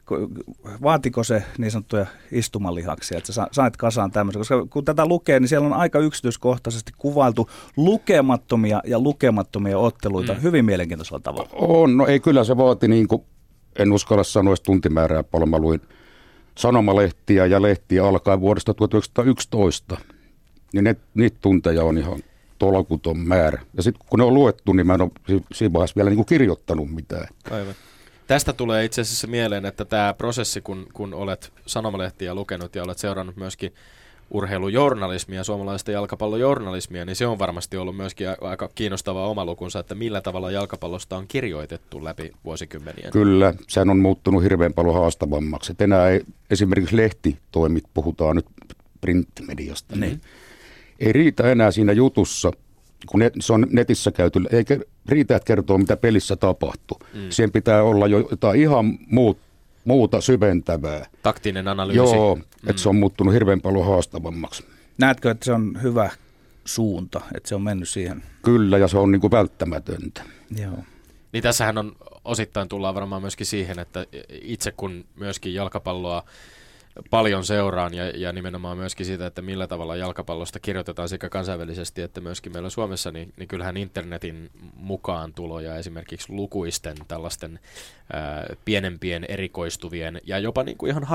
Vaatiko se niin sanottuja istumalihaksia, että sä sait kasaan tämmöisen? Koska kun tätä lukee, niin siellä on aika yksityiskohtaisesti kuvailtu lukemattomia ja lukemattomia otteluita mm. hyvin mielenkiintoisella tavalla. On, no ei kyllä se vaati niin kuin, en uskalla sanoa edes tuntimäärää paljon. Mä luin sanomalehtiä ja lehtiä alkaen vuodesta tuhatyhdeksänsataayksitoista. Niin ne, niitä tunteja on ihan tolkuton määrä. Ja sitten kun ne on luettu, niin mä en ole siinä vaiheessa vielä niin kuin kirjoittanut mitään. Aivan. Tästä tulee itse asiassa mieleen, että tämä prosessi, kun, kun olet sanomalehtiä lukenut ja olet seurannut myöskin urheilujournalismia, suomalaista jalkapallojournalismia, niin se on varmasti ollut myöskin aika kiinnostava oma lukunsa, että millä tavalla jalkapallosta on kirjoitettu läpi vuosikymmenien. Kyllä, sehän on muuttunut hirveän paljon haastavammaksi. Et enää ei esimerkiksi lehtitoimit, puhutaan nyt printmediasta, niin ei riitä enää siinä jutussa, kun net, se on netissä käyty, eikä riitä, että kertoo, mitä pelissä tapahtuu. Mm. Siihen pitää olla jo jotain ihan muut, muuta syventävää. Taktinen analyysi. Joo, mm. että se on muuttunut hirveän paljon haastavammaksi. Näetkö, että se on hyvä suunta, että se on mennyt siihen? Kyllä, ja se on niin kuin välttämätöntä. Joo. Niin tässähän on osittain tullaan varmaan myöskin siihen, että itse kun myöskin jalkapalloa paljon seuraan ja, ja nimenomaan myöskin siitä, että millä tavalla jalkapallosta kirjoitetaan sekä kansainvälisesti että myöskin meillä Suomessa, niin, niin kyllähän internetin mukaan tulo ja esimerkiksi lukuisten tällaisten ää, pienempien erikoistuvien ja jopa niin kuin ihan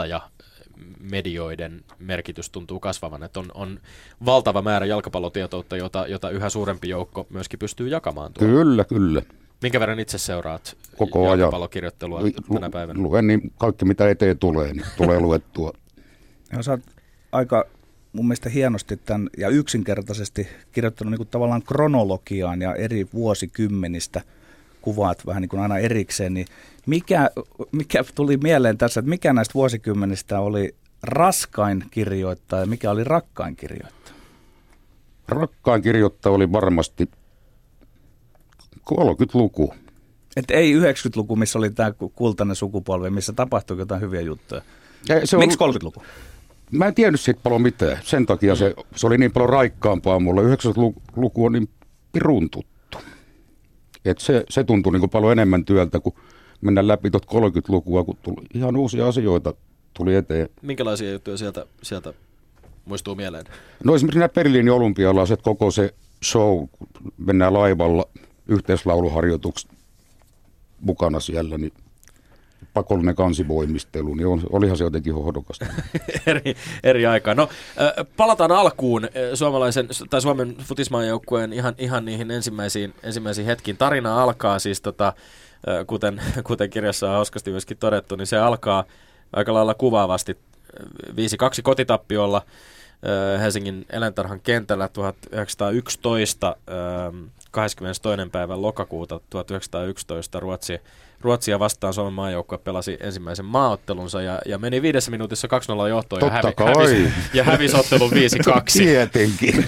harrastajamedioiden merkitys tuntuu kasvavan, että on, on valtava määrä jalkapallotietoutta, jota, jota yhä suurempi joukko myöskin pystyy jakamaan tuolla. Kyllä, kyllä. Minkä verran itse seuraat koko jalkapallokirjoittelua lu, tänä päivänä? Luen niin kaikki mitä eteen tulee, niin tulee luettua. Ja sä oot aika mun mielestä hienosti tämän ja yksinkertaisesti kirjoittanut niin kuin tavallaan kronologiaan ja eri vuosikymmenistä kuvaat vähän niin kuin aina erikseen. Niin mikä, mikä tuli mieleen tässä, että mikä näistä vuosikymmenistä oli raskain kirjoittaa ja mikä oli rakkain kirjoittaa? Rakkain kirjoittaa oli varmasti kolmekymmentäluku. Että ei yhdeksänkymmentäluku, missä oli tämä kultainen sukupolvi, missä tapahtui jotain hyviä juttuja. Se Miksi kolmekymmentäluku? Mä en tiennyt siitä paljon mitään. Sen takia se, se oli niin paljon raikkaampaa mulle. yhdeksänkymmentäluku on niin pirun tuttu. Et se, se tuntui niin kuin paljon enemmän työltä, kun mennään läpi tuota kolmekymmentälukua, kun tuli ihan uusia asioita tuli eteen. Minkälaisia juttuja sieltä, sieltä muistuu mieleen? No esimerkiksi nämä Berliinin olympialaiset, koko se show, kun mennään laivalla yhteislauluharjoituksi mukana siellä, niin pakollinen kansivoimistelu, niin on, olihan se jotenkin hohdokasta. eri, eri aikaa. No, äh, palataan alkuun äh, suomalaisen, tai Suomen futismaajoukkueen ihan, ihan niihin ensimmäisiin, ensimmäisiin hetkiin. Tarina alkaa siis, tota, äh, kuten, kuten kirjassa on hauskasti myöskin todettu, niin se alkaa aika lailla kuvaavasti viisi kaksi kotitappiolla äh, Helsingin Eläintarhan kentällä tuhatyhdeksänsataayksitoista, äh, kahdeskymmenestoinen päivä lokakuuta tuhatyhdeksänsataayksitoista Ruotsi, Ruotsia vastaan Suomen maajoukkue pelasi ensimmäisen maaottelunsa ja, ja meni viidessä minuutissa kaksi nolla johtoon ja, hävi, hävisi, ja hävisi ottelun viisi kaksi. Tietenkin.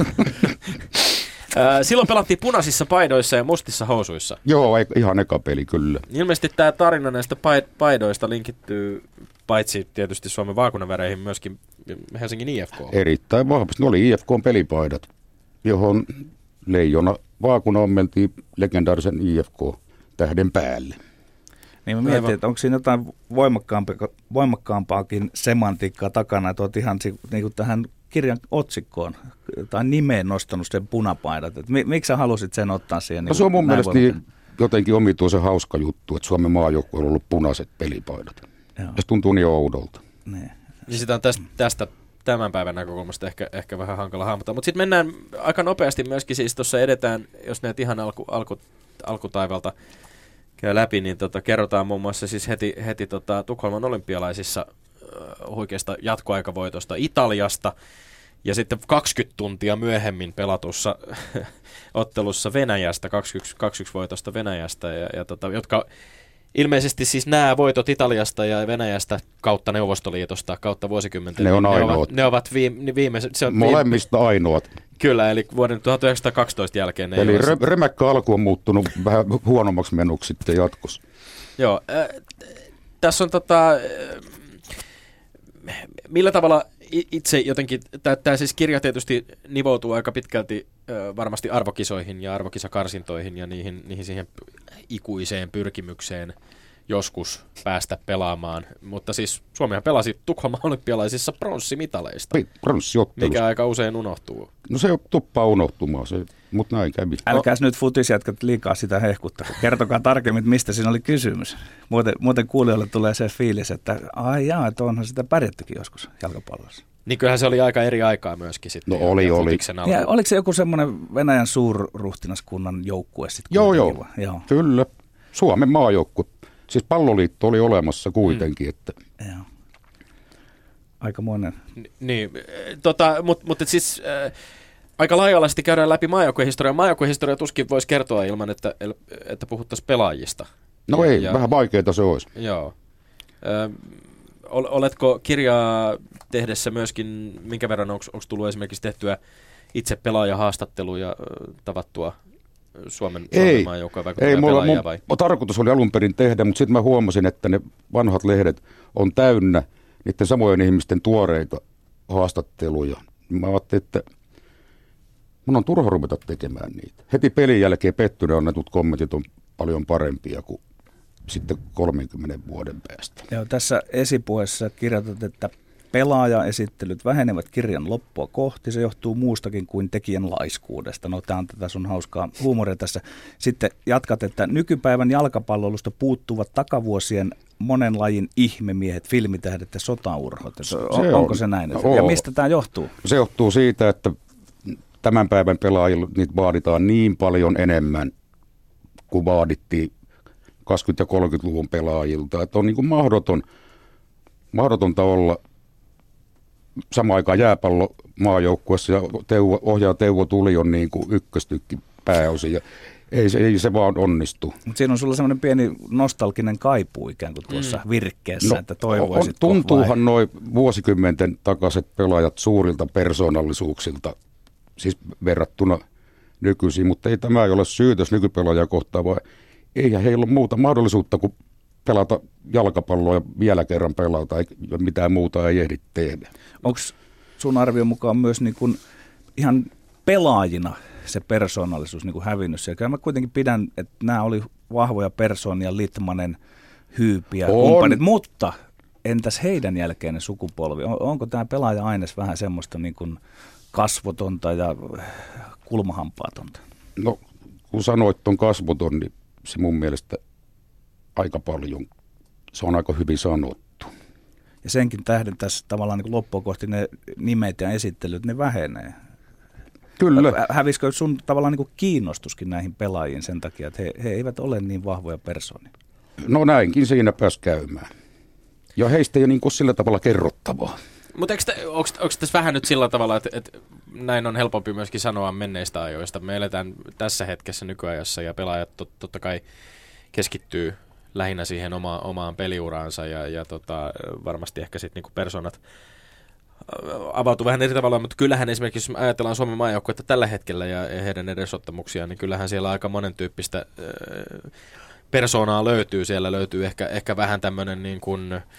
Silloin pelattiin punaisissa paidoissa ja mustissa housuissa. Joo, ihan eka peli kyllä. Ilmeisesti tämä tarina näistä paidoista linkittyy paitsi tietysti Suomen vaakunaväreihin myöskin Helsingin I F K. Erittäin vahvasti. Ne oli I F K:n pelipaidat, johon leijona vaakuna ommeltiin legendaarisen I F K-tähden päälle. Niin mä mietin, että onko siinä jotain voimakkaampaakin semantiikkaa takana, että olet ihan niin kuin tähän kirjan otsikkoon tai nimeen nostanut sen punapaidat. Et miksi sä halusit sen ottaa siihen? No niin se on mun mielestä niin jotenkin omituisen hauska juttu, että Suomen maajoukkue on ollut punaiset pelipaidat. Joo. Ja se tuntuu niin oudolta. Niin. Ja sitä on tästä, tästä tämän päivän näkökulmasta ehkä, ehkä vähän hankala hahmottaa. Mutta sitten mennään aika nopeasti myöskin, siis tuossa edetään, jos näet ihan alku, alku, alkutaivalta käy läpi, niin tota, kerrotaan muun muassa siis heti, heti tota, Tukholman olympialaisissa uh, huikeasta jatkoaikavoitosta Italiasta ja sitten kaksikymmentä tuntia myöhemmin pelatussa ottelussa Venäjästä, kaksi yksi voitosta Venäjästä, ja, ja tota, jotka ilmeisesti siis nämä voitot Italiasta ja Venäjästä kautta Neuvostoliitosta, kautta vuosikymmenten. Ne on ne ainoat. ovat, ne ovat viime, viimeiset. Se on molemmista viime, ainoat. Kyllä, eli vuoden tuhatyhdeksänsataakaksitoista jälkeen. Ne eli rö, römäkkä alku on muuttunut vähän huonommaksi menuksi sitten jatkossa. Joo, äh, tässä on tota, äh, millä tavalla itse jotenkin, tämä siis kirja tietysti nivoutuu aika pitkälti äh, varmasti arvokisoihin ja arvokisakarsintoihin ja niihin, niihin siihen ikuiseen pyrkimykseen joskus päästä pelaamaan. Mutta siis Suomihan pelasi Tukholman olympialaisissa pronssimitaleista, mikä aika usein unohtuu. No se tuppaa unohtumaan, se, mutta näin kävi. Älkääs nyt futisjätkät liikaa sitä hehkuttaa. Kertokaa tarkemmin, mistä siinä oli kysymys. Muuten, muuten kuulijoille tulee se fiilis, että ai jaa, että onhan sitä pärjättykin joskus jalkapallossa. Niin kyllähän se oli aika eri aikaa myöskin sitten. No oli, oli. Ja oliko se joku semmoinen Venäjän suurruhtinaskunnan joukkue sitten? Joo, joo, joo, kyllä. Suomen maajoukkue. Siis palloliitto oli olemassa kuitenkin. Mm. Että. Joo. Aikamoinen. Ni, niin, tota, mutta mut siis äh, aika laaja-alaisesti käydään läpi maajoukkuehistoriaa. Maajoukkuehistoria tuskin voisi kertoa ilman, että, että puhuttaisiin pelaajista. No ja, ei, ja, vähän vaikeaa se olisi. Joo. Ö, oletko kirjaa tehdessä myöskin, minkä verran onko tullut esimerkiksi tehtyä itse pelaajahaastatteluja, tavattua Suomen, Suomen maajoukkoja vai ei, mulla, pelaajia mun, vai? Tarkoitus oli alun perin tehdä, mutta sitten mä huomasin, että ne vanhat lehdet on täynnä niiden samojen ihmisten tuoreita haastatteluja. Mä ajattelin, että mun on turha ruveta tekemään niitä. Heti pelin jälkeen pettyneen annetut kommentit on paljon parempia kuin sitten kolmenkymmenen vuoden päästä. Joo, tässä esipuheessa kirjoitat, että pelaajaesittelyt vähenevät kirjan loppua kohti. Se johtuu muustakin kuin tekijän laiskuudesta. No, tämä on tätä sun hauskaa huumoria tässä. Sitten jatkat, että nykypäivän jalkapalloilusta puuttuvat takavuosien monen lajin ihmemiehet, filmitähdet ja sotaurhot. Se on, onko se näin? On. Ja mistä tämä johtuu? Se johtuu siitä, että tämän päivän pelaajilla niitä vaaditaan niin paljon enemmän kuin vaadittiin kaksikymmentä- ja kolmekymmentäluvun pelaajilta. Että on niin kuin mahdoton, mahdotonta olla samaan aikaan jääpallo maajoukkuessa ja Teuvo, ohjaa Teuvo Tuli on niin kuin ykköstykki pääosin. Ja ei, se, ei se vaan onnistu. Mutta siinä on sulla semmoinen pieni nostalginen kaipuu ikään kuin tuossa mm. virkkeessä, no, että toivoisitko on, tuntuuhan noin vuosikymmenten takaiset pelaajat suurilta persoonallisuuksilta, siis verrattuna nykyisiin, mutta ei tämä ei ole syytös nykypelaajia kohtaan, vaan eihän heillä ole muuta mahdollisuutta kuin pelata jalkapalloa ja vielä kerran pelata, ja mitään muuta ei ehdi tehdä. Onko sun arvion mukaan myös niin kuin ihan pelaajina se persoonallisuus niin kuin hävinnyt siellä? Kyllä mä kuitenkin pidän, että nämä oli vahvoja persoonia, Litmanen, Hyypi ja kumppanit, mutta entäs heidän jälkeinen sukupolvi? On, onko tämä pelaaja-aines vähän semmoista niin kuin kasvotonta ja kulmahampaatonta? No, kun sanoit tuon kasvoton, niin se mun mielestä aika paljon, se on aika hyvin sanottu. Ja senkin tähden tässä tavallaan niin loppua kohti ne nimet ja esittelyt, ne vähenee. Kyllä. Hävisikö sun tavallaan niin kiinnostuskin näihin pelaajiin sen takia, että he, he eivät ole niin vahvoja persoonia? No näinkin siinä pääsi käymään. Ja heistä ei ole niin kuin sillä tavalla kerrottavaa. Mutta onko tässä vähän nyt sillä tavalla, että, että näin on helpompi myöskin sanoa menneistä ajoista? Me eletään tässä hetkessä nykyajassa ja pelaajat tot, totta kai keskittyy lähinnä siihen oma, omaan peliuraansa ja, ja tota, varmasti ehkä sitten niinku persoonat avautuu vähän eri tavalla, mutta kyllähän esimerkiksi jos ajatellaan Suomen maajoukkuetta tällä hetkellä ja heidän edesottamuksiaan, niin kyllähän siellä aika monen tyyppistä äh, persoonaa löytyy. Siellä löytyy ehkä, ehkä vähän tämmöinen niin kuin äh,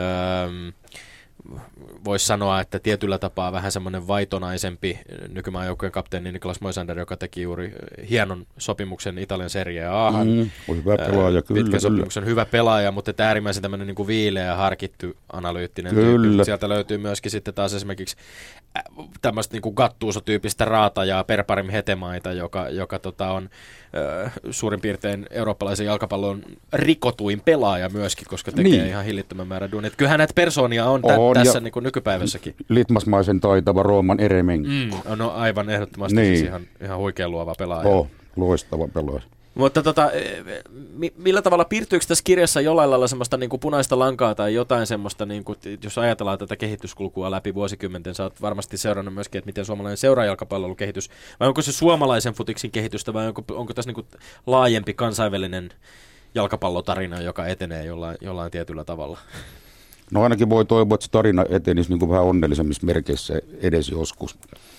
voisi sanoa, että tietyllä tapaa vähän semmoinen vaitonaisempi nykymaajoukkueen kapteeni Niklas Moisander, joka teki juuri hienon sopimuksen Italian Serie A:han. Mm, hyvä pelaaja, kyllä. Pitkän sopimuksen hyvä pelaaja, mutta että äärimmäisen tämmöinen niin kuin viileä ja harkittu analyyttinen tyyppi. Sieltä löytyy myöskin sitten taas esimerkiksi tämmöistä niin kuin Gattuso-tyyppistä raatajaa, Perparim Hetemaita, joka, joka tota on äh, suurin piirtein eurooppalaisen jalkapallon rikotuin pelaaja myöskin, koska tekee niin ihan hillittömän määrän duunia. Kyllähän näitä persoonia on, tä- on tässä niin kuin nykypäivässäkin. Litmasmaisen taitava Rooman Eremenko. Mm, no aivan ehdottomasti niin. Siis ihan, ihan huikean luova pelaaja. Oh, loistava pelaaja. Mutta tota, millä tavalla piirtyykö tässä kirjassa jollain lailla semmoista niin kuin punaista lankaa tai jotain semmoista, niin kuin, jos ajatellaan tätä kehityskulkua läpi vuosikymmenten, sä oot varmasti seurannut myöskin, että miten suomalainen seuraajalkapallon kehitys, vai onko se suomalaisen futiksin kehitystä, vai onko, onko tässä niin kuin laajempi kansainvälinen jalkapallotarina, joka etenee jollain, jollain tietyllä tavalla. No ainakin voi toivoa, että se tarina etenisi niin kuin vähän onnellisemmissa merkeissä edes joskus.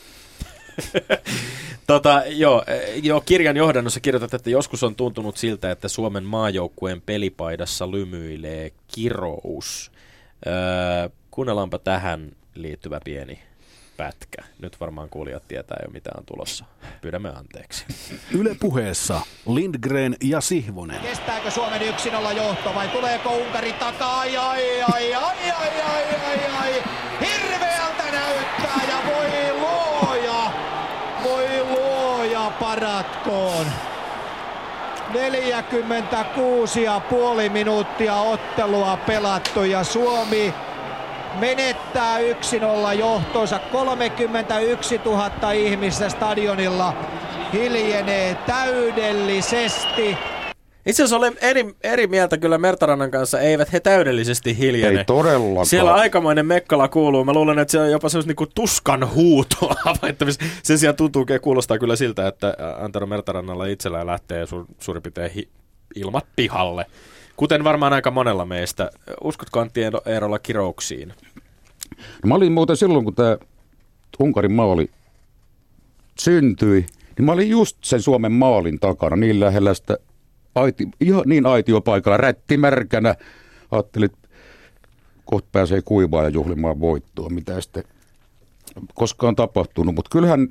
Tota, joo, joo, kirjan johdannossa kirjoitat, että joskus on tuntunut siltä, että Suomen maajoukkueen pelipaidassa lymyilee kirous. Öö, kuunnellaanpa tähän liittyvä pieni pätkä. Nyt varmaan kuulijat tietää jo, mitä on tulossa. Pyydämme anteeksi. Yle Puheessa Lindgren ja Sihvonen. Kestääkö Suomen yksin olla johto vai tuleeko Unkari takaa? Ai, ai, ai, ai, ai, ai, ai, ai. Hirveältä näyttää ja voi luoja, voi luoja paratkoon. neljäkymmentäkuusi pilkku viisi minuuttia ottelua pelattu ja Suomi menettää yksi nolla johtonsa. kolmekymmentäyksituhatta ihmistä stadionilla hiljenee täydellisesti. Itse asiassa olen eri, eri mieltä kyllä Mertarannan kanssa, eivät he täydellisesti hiljene. Ei todellakaan. Siellä aikamoinen mekkala kuuluu. Mä luulen, että siellä on jopa semmoista niinku tuskan huutoa havaittavissa. Sen sijaan tuntuu, kuulostaa kyllä siltä, että Antero Mertarannalla itsellään lähtee su, suurin piirtein hi, ilmat pihalle. Kuten varmaan aika monella meistä. Uskotko Antti Eerola kirouksiin? No, mä olin muuten silloin, kun tämä Unkarin maali syntyi, niin mä olin just sen Suomen maalin takana niin lähellä sitä aiti, ihan niin aitiopaikalla, rättimärkänä. Ajattelin, että kohta pääsee kuivaan ja juhlimaan voittoa, mitä ei sitten koskaan tapahtunut. Mutta kyllähän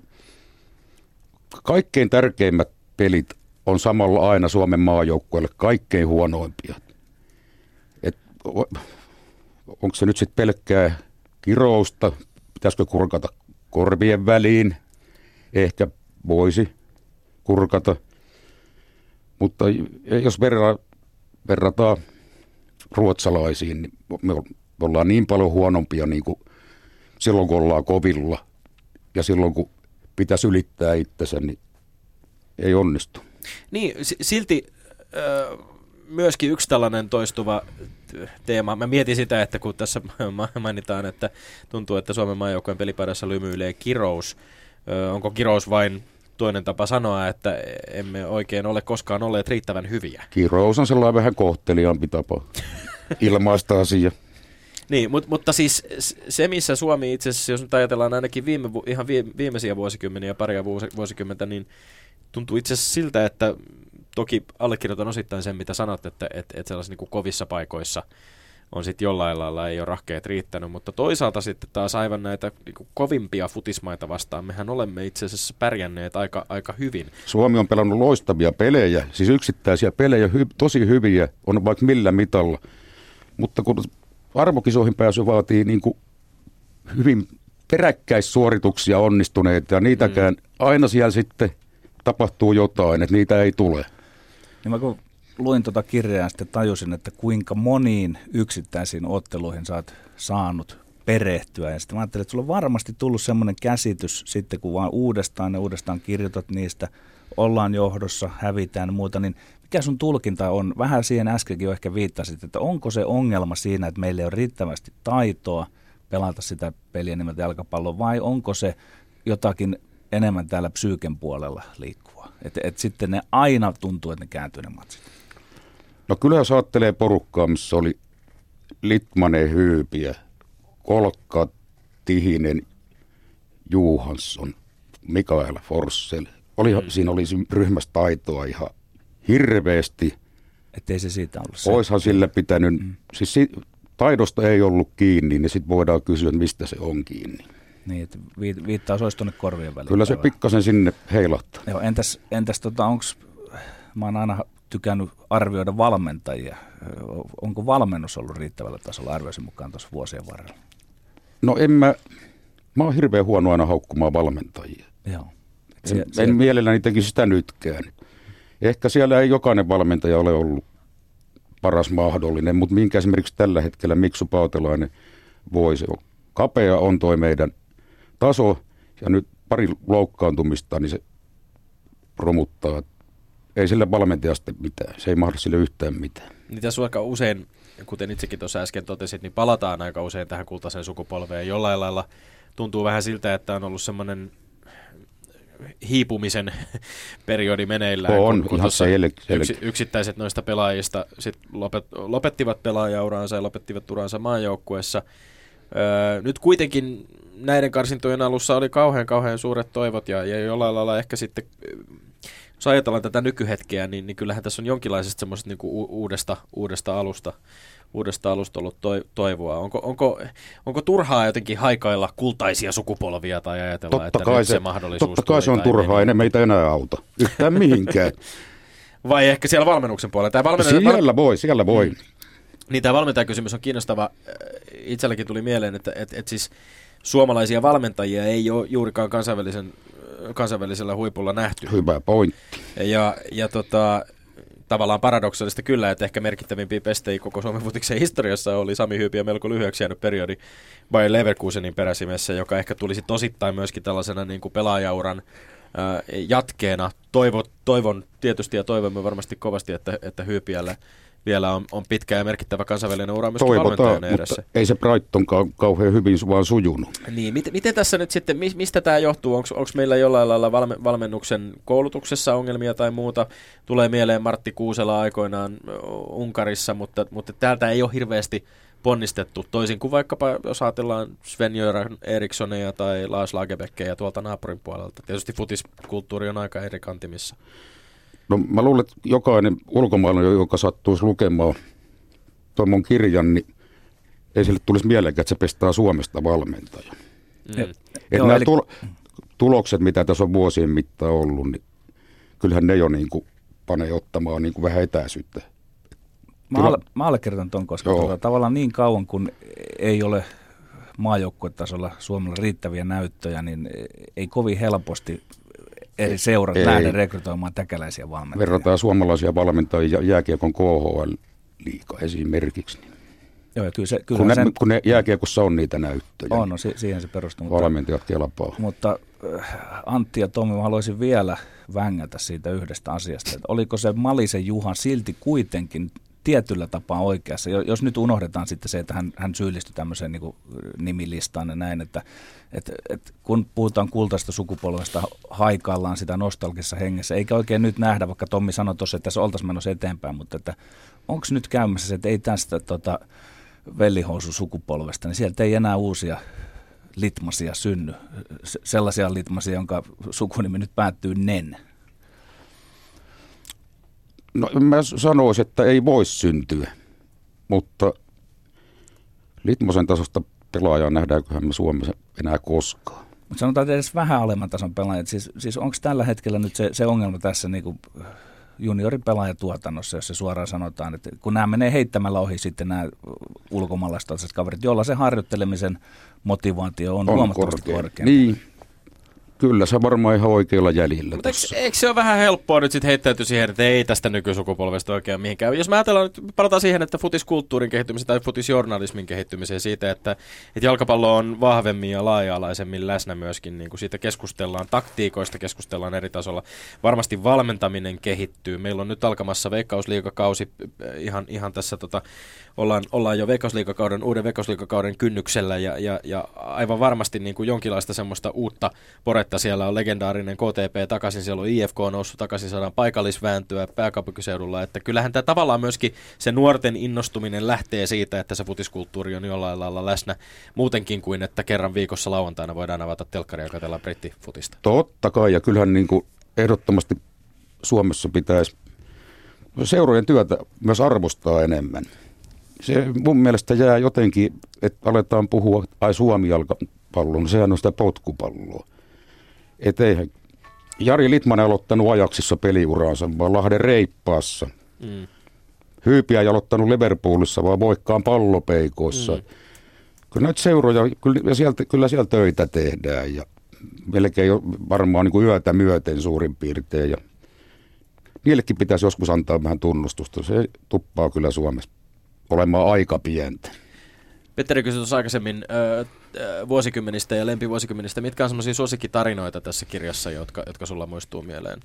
kaikkein tärkeimmät pelit on samalla aina Suomen maajoukkueelle kaikkein huonoimpia. Et, onko se nyt sitten pelkkää kirousta? Pitäisikö kurkata korvien väliin? Ehkä voisi kurkata. Mutta jos verra, verrataan ruotsalaisiin, niin me ollaan niin paljon huonompia niin kuin silloin, kun ollaan kovilla. Ja silloin, kun pitäisi ylittää itsensä, niin ei onnistu. Niin, silti ö, myöskin yksi tällainen toistuva teema. Mä mietin sitä, että kun tässä mainitaan, että tuntuu, että Suomen maajoukkueen pelipaidassa lymyilee kirous. Ö, onko kirous vain toinen tapa sanoa, että emme oikein ole koskaan olleet riittävän hyviä? Kirous on sellainen vähän kohteliaampi tapa ilmaista asia. Niin, mutta, mutta siis se, missä Suomi itse asiassa, jos nyt ajatellaan ainakin viime, ihan viimeisiä vuosikymmeniä, paria vuosikymmentä, niin tuntuu itse asiassa siltä, että toki allekirjoitan osittain sen, mitä sanot, että, että, että sellaisissa niin kuin kovissa paikoissa on sitten jollain lailla ei ole rahkeet riittänyt, mutta toisaalta sitten taas aivan näitä niin kuin kovimpia futismaita vastaan mehän olemme itse asiassa pärjänneet aika, aika hyvin. Suomi on pelannut loistavia pelejä, siis yksittäisiä pelejä, hy- tosi hyviä, on vaikka millä mitalla, mutta kun arvokisoihin pääsy vaatii niin kuin hyvin peräkkäissuorituksia onnistuneita ja niitäkään mm. aina siellä sitten tapahtuu jotain, että niitä ei tule. Niin mä kun luin tuota kirjaa, sitten tajusin, että kuinka moniin yksittäisiin otteluihin sä oot saanut perehtyä. Ja sitten mä ajattelin, että sulla on varmasti tullut semmoinen käsitys sitten, kun vaan uudestaan ja uudestaan kirjoitat niistä, ollaan johdossa, hävitään ja muuta, niin mikä sun tulkinta on? Vähän siihen äskenkin jo ehkä viittasit, että onko se ongelma siinä, että meillä ei ole riittävästi taitoa pelata sitä peliä nimeltä jalkapalloa, vai onko se jotakin enemmän täällä psyyken puolella liikkuvaa? Että et sitten ne aina tuntuu, että ne kääntyy ne matsit. No kyllä jos ajattelee porukkaa, missä oli Litmanen, Hyypiä, Kolkka, Tihinen, Johansson, Mikael Forssell. Oli, mm. Siinä oli ryhmässä taitoa ihan hirveästi. Että ei se siitä ollut se. Oishan sillä pitänyt, mm. siis si, taidosta ei ollut kiinni, niin sitten voidaan kysyä, mistä se on kiinni. Niin, että viittaus olisi tuonne korvien väliin. Kyllä se pikkasen sinne heilahtaa. Joo, entäs, entäs tota, onks, mä oon aina tykännyt arvioida valmentajia. Onko valmennus ollut riittävällä tasolla arvioisin mukaan tuossa vuosien varrella? No en mä, mä oon hirveän huono aina haukkumaan valmentajia. Joo. En, sie- en mielelläni tekisi sitä nytkään. Ehkä siellä ei jokainen valmentaja ole ollut paras mahdollinen, mutta minkä esimerkiksi tällä hetkellä Miksu Pautelainen voisi. Kapea on toi meidän taso ja nyt pari loukkaantumista, niin se romuttaa. Ei sillä valmentajasta mitään. Se ei mahda sille yhtään mitään. Niin tässä aika usein, kuten itsekin tuossa äsken totesit, niin palataan aika usein tähän kultaiseen sukupolveen. Jollain lailla tuntuu vähän siltä, että on ollut semmoinen hiipumisen periodi meneillään. On, kun, kun ihan selkeä. Yksi, yksittäiset noista pelaajista sit lopet, lopettivat pelaajauraansa ja lopettivat uransa maajoukkueessa. Öö, nyt kuitenkin näiden karsintojen alussa oli kauhean kauhean suuret toivot ja, ja jollain lailla ehkä sitten, jos ajatellaan tätä nykyhetkeä, niin, niin kyllähän tässä on jonkinlaisesta semmoisesta niin kuin uudesta, uudesta alusta uudesta alusta ollut toi, toivoa. Onko, onko, onko turhaa jotenkin haikailla kultaisia sukupolvia tai ajatella, totta että kai nyt se, se mahdollisuus Totta kai se on turhaa, meni. Ei ne meitä enää auta. Yhtään mihinkään. Vai ehkä siellä valmennuksen puolella? Tämä valmentaja, siellä val... voi, siellä voi. Mm. Niin tämä valmentajakysymys on kiinnostava. Itselläkin tuli mieleen, että et, et siis suomalaisia valmentajia ei ole juurikaan kansainvälisen, kansainvälisellä huipulla nähty. Hyvä pointti. Ja, ja tota, tavallaan paradoksaalista kyllä, että ehkä merkittävimpiä pestejä koko Suomen futiksen historiassa oli Sami Hyypiä melko lyhyeksi jäänyt periodi Bayer Leverkusenin peräsimessä, joka ehkä tulisi tosittain myöskin tällaisena niin kuin pelaajauran ää, jatkeena. Toivo, toivon tietysti ja toivomme varmasti kovasti, että, että Hyypiällä vielä on, on pitkä ja merkittävä kansainvälinen ura myöskin valmentajana edessä. Ei se Brightonkaan kauhean hyvin vaan sujunut. Niin, mit, miten tässä nyt sitten, mistä tämä johtuu? Onko meillä jollain lailla valme, valmennuksen koulutuksessa ongelmia tai muuta? Tulee mieleen Martti Kuusela aikoinaan Unkarissa, mutta, mutta täältä ei ole hirveästi ponnistettu. Toisin kuin vaikkapa, jos ajatellaan Sven-Göran Erikssonia tai Lars Lagerbäckia tuolta naapurin puolelta. Tietysti futiskulttuuri on aika eri kantimissa. No mä luulen, että jokainen ulkomaalainen, joka sattuisi lukemaan tuon mun kirjan, niin ei sille tulisi mieleenkään, että se pestää Suomesta valmentaja. Mm. Että Joo, nämä eli... tul- tulokset, mitä tässä on vuosien mittaan ollut, niin kyllähän ne jo niin kuin panee ottamaan niin kuin vähän etäisyyttä. Mä, al- mä allekirjoitan ton, koska tuota, tavallaan niin kauan, kun ei ole maajoukkuetasolla Suomella riittäviä näyttöjä, niin ei kovin helposti eri seurat lähde rekrytoimaan täkäläisiä valmentajia. Verrataan suomalaisia valmentajia jääkiekon K H L-liiga esimerkiksi. Joo, ja kyllä se, kyllä kun, ne, sen... kun ne jääkiekossa on niitä näyttöjä. On, no, si- siihen se perustuu. Valmentajat kelpaa. Mutta äh, Antti ja Tomi, mä haluaisin vielä vängätä siitä yhdestä asiasta. Että oliko se Malisen Juha silti kuitenkin tietyllä tapaa oikeassa, jos nyt unohdetaan sitten se, että hän, hän syyllistyi tämmöiseen niin kuin nimilistaan ja näin, että, että, että kun puhutaan kultaista sukupolvesta, haikaillaan sitä nostalgisessa hengessä, eikä oikein nyt nähdä, vaikka Tommi sanoi tuossa, että tässä oltaisiin menossa eteenpäin, mutta että onko nyt käymässä se, että ei tästä tota, vellihoususukupolvesta, niin sieltä ei enää uusia litmasia synny, sellaisia litmasia, jonka sukunimi nyt päättyy Nen. No mä sanoisin, että ei voisi syntyä, mutta Litmosen tasosta pelaajaa nähdäänköhän me Suomessa enää koskaan. Mutta sanotaan, että edes vähän alemman tason pelaajat. Siis, siis onko tällä hetkellä nyt se, se ongelma tässä niin kuin junioripelaajatuotannossa, jos se suoraan sanotaan, että kun nämä menee heittämällä ohi sitten nämä ulkomaalaistaiset kaverit, joilla se harjoittelemisen motivaatio on, on huomattavasti korkea. korkea. Niin. Kyllä, se varmaan ihan oikealla jäljellä. Mutta eikö, eikö se ole vähän helppoa nyt sitten heittäytyä siihen, että ei tästä nykysukupolvesta oikein mihinkään? Jos me ajatellaan nyt, palataan siihen, että futiskulttuurin kehittymiseen tai futisjournalismin kehittymiseen siitä, että, että jalkapallo on vahvemmin ja laaja-alaisemmin läsnä myöskin, niin kuin siitä keskustellaan, taktiikoista keskustellaan eri tasolla. Varmasti valmentaminen kehittyy. Meillä on nyt alkamassa Veikkausliigakausi, ihan, ihan tässä tota, ollaan, ollaan jo Veikkausliigakauden, uuden Veikkausliigakauden kynnyksellä ja, ja, ja aivan varmasti niin kuin jonkinlaista semmoista uutta poretta. Siellä on legendaarinen K T P takaisin, siellä on I F K noussut takaisin, saadaan paikallisvääntöä pääkaupunkiseudulla. Että kyllähän tämä tavallaan myöskin se nuorten innostuminen lähtee siitä, että se futiskulttuuri on jollain lailla läsnä muutenkin kuin, että kerran viikossa lauantaina voidaan avata telkkaria ja katsella brittifutista. Totta kai, ja kyllähän niin kuin ehdottomasti Suomessa pitäisi seurojen työtä myös arvostaa enemmän. Se mun mielestä jää jotenkin, että aletaan puhua ai Suomi-jalkapalloon, sehän on sitä potkupalloa. Et eihän Jari Litmanen aloittanut Ajaksissa peliuraansa, vaan Lahden Reippaassa. Mm. Hyypiä ei aloittanut Liverpoolissa, vaan Voikkaan Pallopeikoissa. Mm. Kyllä näitä seuroja, kyllä sieltä, kyllä siellä töitä tehdään ja melkein jo varmaan niin kuin yötä myöten suurin piirtein. Ja niillekin pitäisi joskus antaa vähän tunnustusta. Se tuppaa kyllä Suomessa olemaan aika pientä. Petteri kysyi tuossa aikaisemmin ö, ö, vuosikymmenistä ja lempivuosikymmenistä. Mitkä on semmoisia suosikkitarinoita tässä kirjassa, jotka, jotka sulla muistuu mieleen?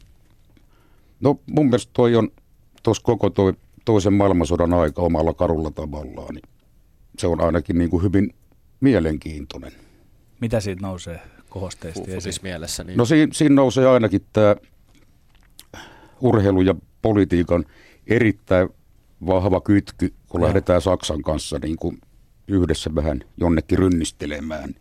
No mun mielestä toi on tuossa koko toi, toisen maailmansodan aika omalla karulla tavallaan. Niin se on ainakin niin kuin hyvin mielenkiintoinen. Mitä siitä nousee kohosteisesti esiin. Mielessä, niin. No siinä, siinä nousee ainakin tämä urheilu ja politiikan erittäin vahva kytky, kun no. lähdetään Saksan kanssa niin kuin yhdessä vähän jonnekin rynnistelemään.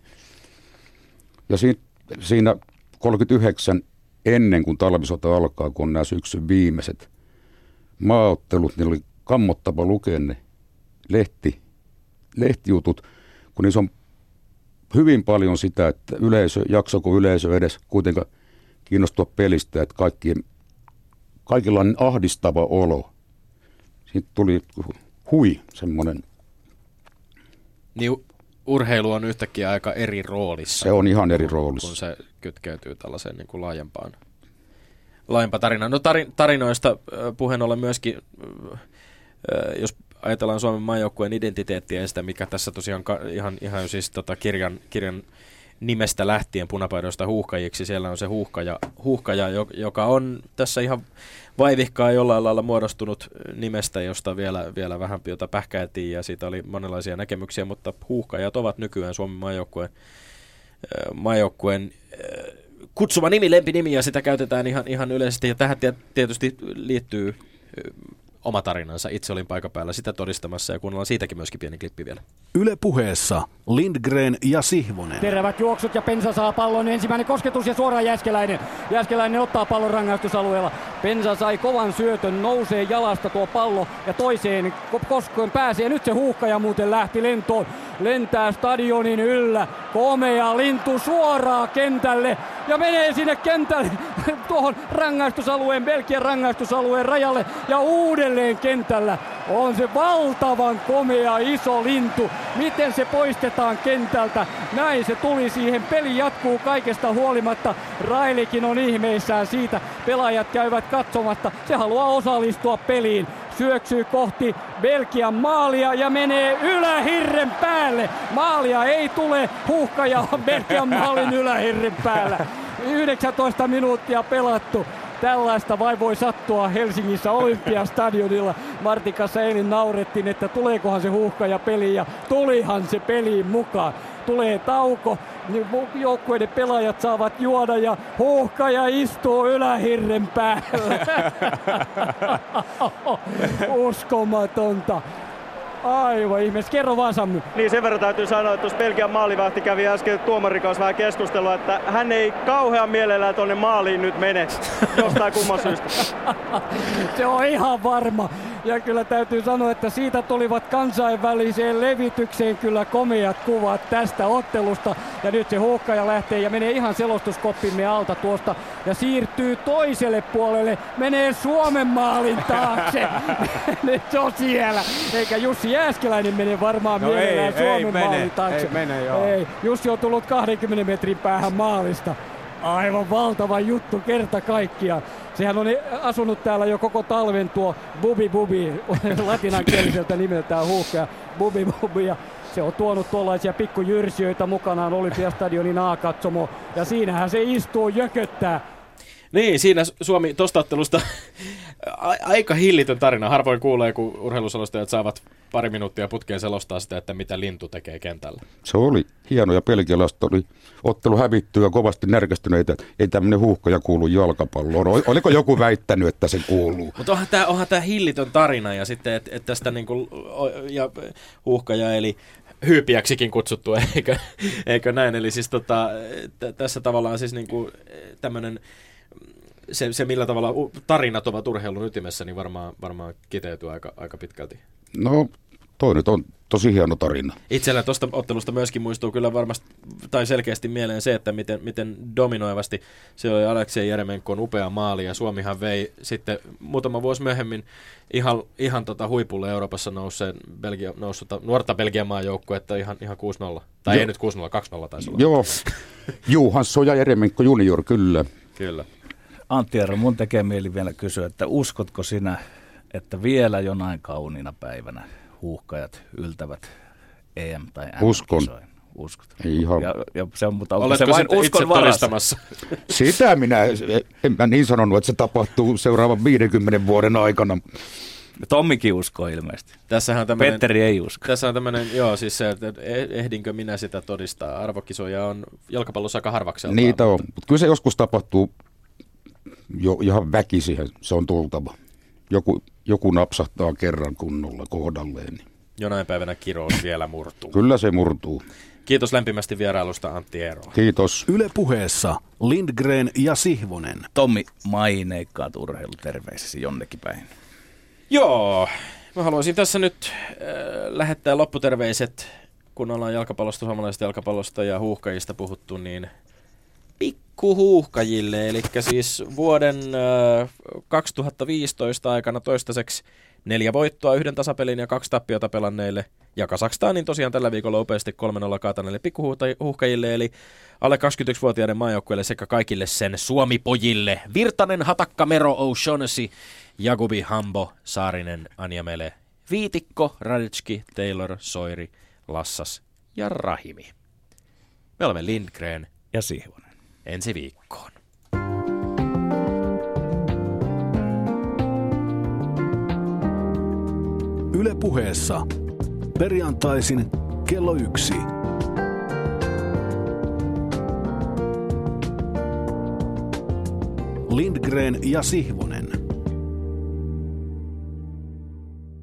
Ja siinä, siinä kolmekymmentäyhdeksän ennen kuin talvisota alkaa, kun on nämä syksyn viimeiset maaottelut, niin oli kammottava lukea ne lehti, lehtijutut, kun niissä on hyvin paljon sitä, että yleisö, jaksako yleisö edes kuitenkaan kiinnostua pelistä, että kaikki, kaikilla on ahdistava olo. Siitä tuli hui semmoinen. Niin urheilu on yhtäkkiä aika eri roolissa. Se on ihan eri roolissa. Kun se kytkeytyy tällaiseen niin kuin laajempaan, laajempaan tarinaan. No tarinoista puheen ollen myöskin, jos ajatellaan Suomen maajoukkueen identiteettiä ja sitä, mikä tässä tosiaan ihan, ihan siis tota kirjan, kirjan nimestä lähtien punapaidoista huuhkajiksi. Siellä on se huuhkaja, huuhkaja, joka on tässä ihan vaivihkaa jollain lailla muodostunut nimestä, josta vielä, vielä vähän jota pähkäiltiin ja siitä oli monenlaisia näkemyksiä, mutta huuhkajat ovat nykyään Suomen maajoukkueen, maajoukkueen kutsuma nimi, lempinimi ja sitä käytetään ihan, ihan yleisesti ja tähän tietysti liittyy oma tarinansa. Itse olin paikan päällä sitä todistamassa ja kuunnellaan siitäkin myöskin pieni klippi vielä. Yle Puheessa Lindgren ja Sihvonen. Terävät juoksut ja Pensa saa pallon. Ensimmäinen kosketus ja suoraan Jääskeläinen. Jääskeläinen ottaa pallon rangaistusalueella. Pensa sai kovan syötön, nousee jalasta tuo pallo ja toiseen koskeen pääsee. Nyt se huuhkaja muuten lähti lentoon. Lentää stadionin yllä. Komea lintu suoraan kentälle ja menee sinne kentälle tuohon rangaistusalueen, Belgian rangaistusalueen rajalle ja uudelleen kentällä. On se valtavan komea iso lintu. Miten se poistetaan kentältä? Näin se tuli siihen. Peli jatkuu kaikesta huolimatta. Railikin on ihmeissään siitä. Pelaajat käyvät katsomasta. Se haluaa osallistua peliin. Syöksyy kohti Belgian maalia ja menee ylähirren päälle. Maalia ei tule. Huuhkaja on Belgian maalin ylähirren päällä. yhdeksäntoista minuuttia pelattu. Tällaista vai voi sattua Helsingissä Olympiastadionilla. Martin kanssa eilen naurettiin, että tuleekohan se huuhkaja peli ja tulihan se peliin mukaan. Tulee tauko, niin joukkueiden pelaajat saavat juoda ja huuhkaja istuu ylähirren päällä. Uskomatonta. Aivan ihmeessä. Kerro vaan, Sammy. Niin sen verran täytyy sanoa, että tuossa Belgian maalivahti kävi äsken tuomarin kanssa vähän keskustelua, että hän ei kauhean mielellään tuonne maaliin nyt mene jostain kumman syystä. Se on ihan varma. Ja kyllä täytyy sanoa, että siitä tulivat kansainväliseen levitykseen kyllä komeat kuvat tästä ottelusta. Ja nyt se huuhkaja lähtee ja menee ihan selostuskoppimme alta tuosta ja siirtyy toiselle puolelle. Menee Suomen maalin taakse. Nyt se on siellä. Eikä Jussi Jääskeläinen mene varmaan no mielellään ei, Suomen ei maalin taakse. Ei mene, joo. Ei. Jussi on tullut kahdenkymmenen metrin päähän maalista. Aivan valtava juttu kerta kaikkiaan. Sehän on asunut täällä jo koko talven tuo Bubi Bubi, latinankieliseltä nimeltään huuhkaja Bubi Bubi. Ja se on tuonut tuollaisia pikkujyrsijöitä mukanaan Olympiastadionin A-katsomo. Ja siinähän se istuu jököttää. Niin, siinä Suomi tosta ottelusta aika hillitön tarina. Harvoin kuulee, kun urheiluselostajat saavat pari minuuttia putkeen selostaa sitä, että mitä lintu tekee kentällä. Se oli hieno ja belgialaiset oli ottelu hävittyä kovasti närkästyneitä. Ei tämmöinen huuhkaja kuulu jalkapalloon. Oliko joku väittänyt, että se kuuluu? Mutta onhan tämä onhan tää hillitön tarina ja sitten, että et tästä niinku, ja huuhkaja eli hyypiäksikin kutsuttu, eikö, eikö näin? Eli siis tota, t- tässä tavallaan siis niinku tämmöinen Se, se, millä tavalla tarinat ovat urheilun ytimessä, niin varmaan, varmaan kiteytyy aika, aika pitkälti. No, toi nyt on tosi hieno tarina. Itsellä tuosta ottelusta myöskin muistuu kyllä varmasti, tai selkeästi mieleen se, että miten, miten dominoivasti se oli Aleksei Jeremenkon upea maali, ja Suomihan vei sitten muutama vuosi myöhemmin ihan, ihan tota huipulle Euroopassa nousseen Belgia, noussut, nuorta Belgian maajoukkuetta ihan, ihan kuusi nolla. Tai Joo. ei nyt kuusi nolla, kaksi nolla taisi olla. Joo, Johansson ja Jeremenko junior, kyllä. Kyllä. Antti Jarro, mun tekee mieli vielä kysyä, että uskotko sinä, että vielä jonain kauniina päivänä huuhkajat yltävät E M- tai M M-kisoihin? Uskot. Ihan. Ja, ja se on, mutta onko Oletko se vain uskon todistamassa? Sitä minä, en mä niin sanonut, että se tapahtuu seuraavan viidenkymmenen vuoden aikana. Tommikin uskoo ilmeisesti. Tässähän on tämmönen, Petteri ei usko. Tässä on tämmöinen, joo, siis se, että ehdinkö minä sitä todistaa. Arvokisoja on jalkapallossa aika harvakseltaan. Niitä on, mutta kyllä se joskus tapahtuu jo ihan väkisihän, se on tultava. Joku, joku napsahtaa kerran kunnolla kohdalleen. Niin. Jonain päivänä kirous vielä murtuu. Kyllä se murtuu. Kiitos lämpimästi vierailusta, Antti Eero. Kiitos. Yle Puheessa Lindgren ja Sihvonen. Tommi, maineikkaat urheiluterveisesi jonnekin päin. Joo, mä haluaisin tässä nyt äh, lähettää lopputerveiset, kun ollaan jalkapallosta, suomalaisesta jalkapallosta ja huuhkajista puhuttu, niin pikkuhuuhkajille, eli siis vuoden äh, kaksituhattaviisitoista aikana toistaiseksi neljä voittoa, yhden tasapelin ja kaksi tappiota pelanneille. Ja Kazakstanin tosiaan tällä viikolla upeasti kolme nolla kaataneille pikkuhuuhkajille, eli alle kaksikymmentäyksivuotiaiden maajoukkueille sekä kaikille sen Suomi-pojille. Virtanen, Hatakka, Mero, O'Shaughnessy, Jakubi, Hambo, Saarinen, Anjamele, Viitikko, Radetski, Taylor, Soiri, Lassas ja Rahimi. Me olemme Lindgren ja Sihvonen. Ensi viikkoon. Yle Puheessa perjantaisin kello yksi. Lindgren ja Sihvonen.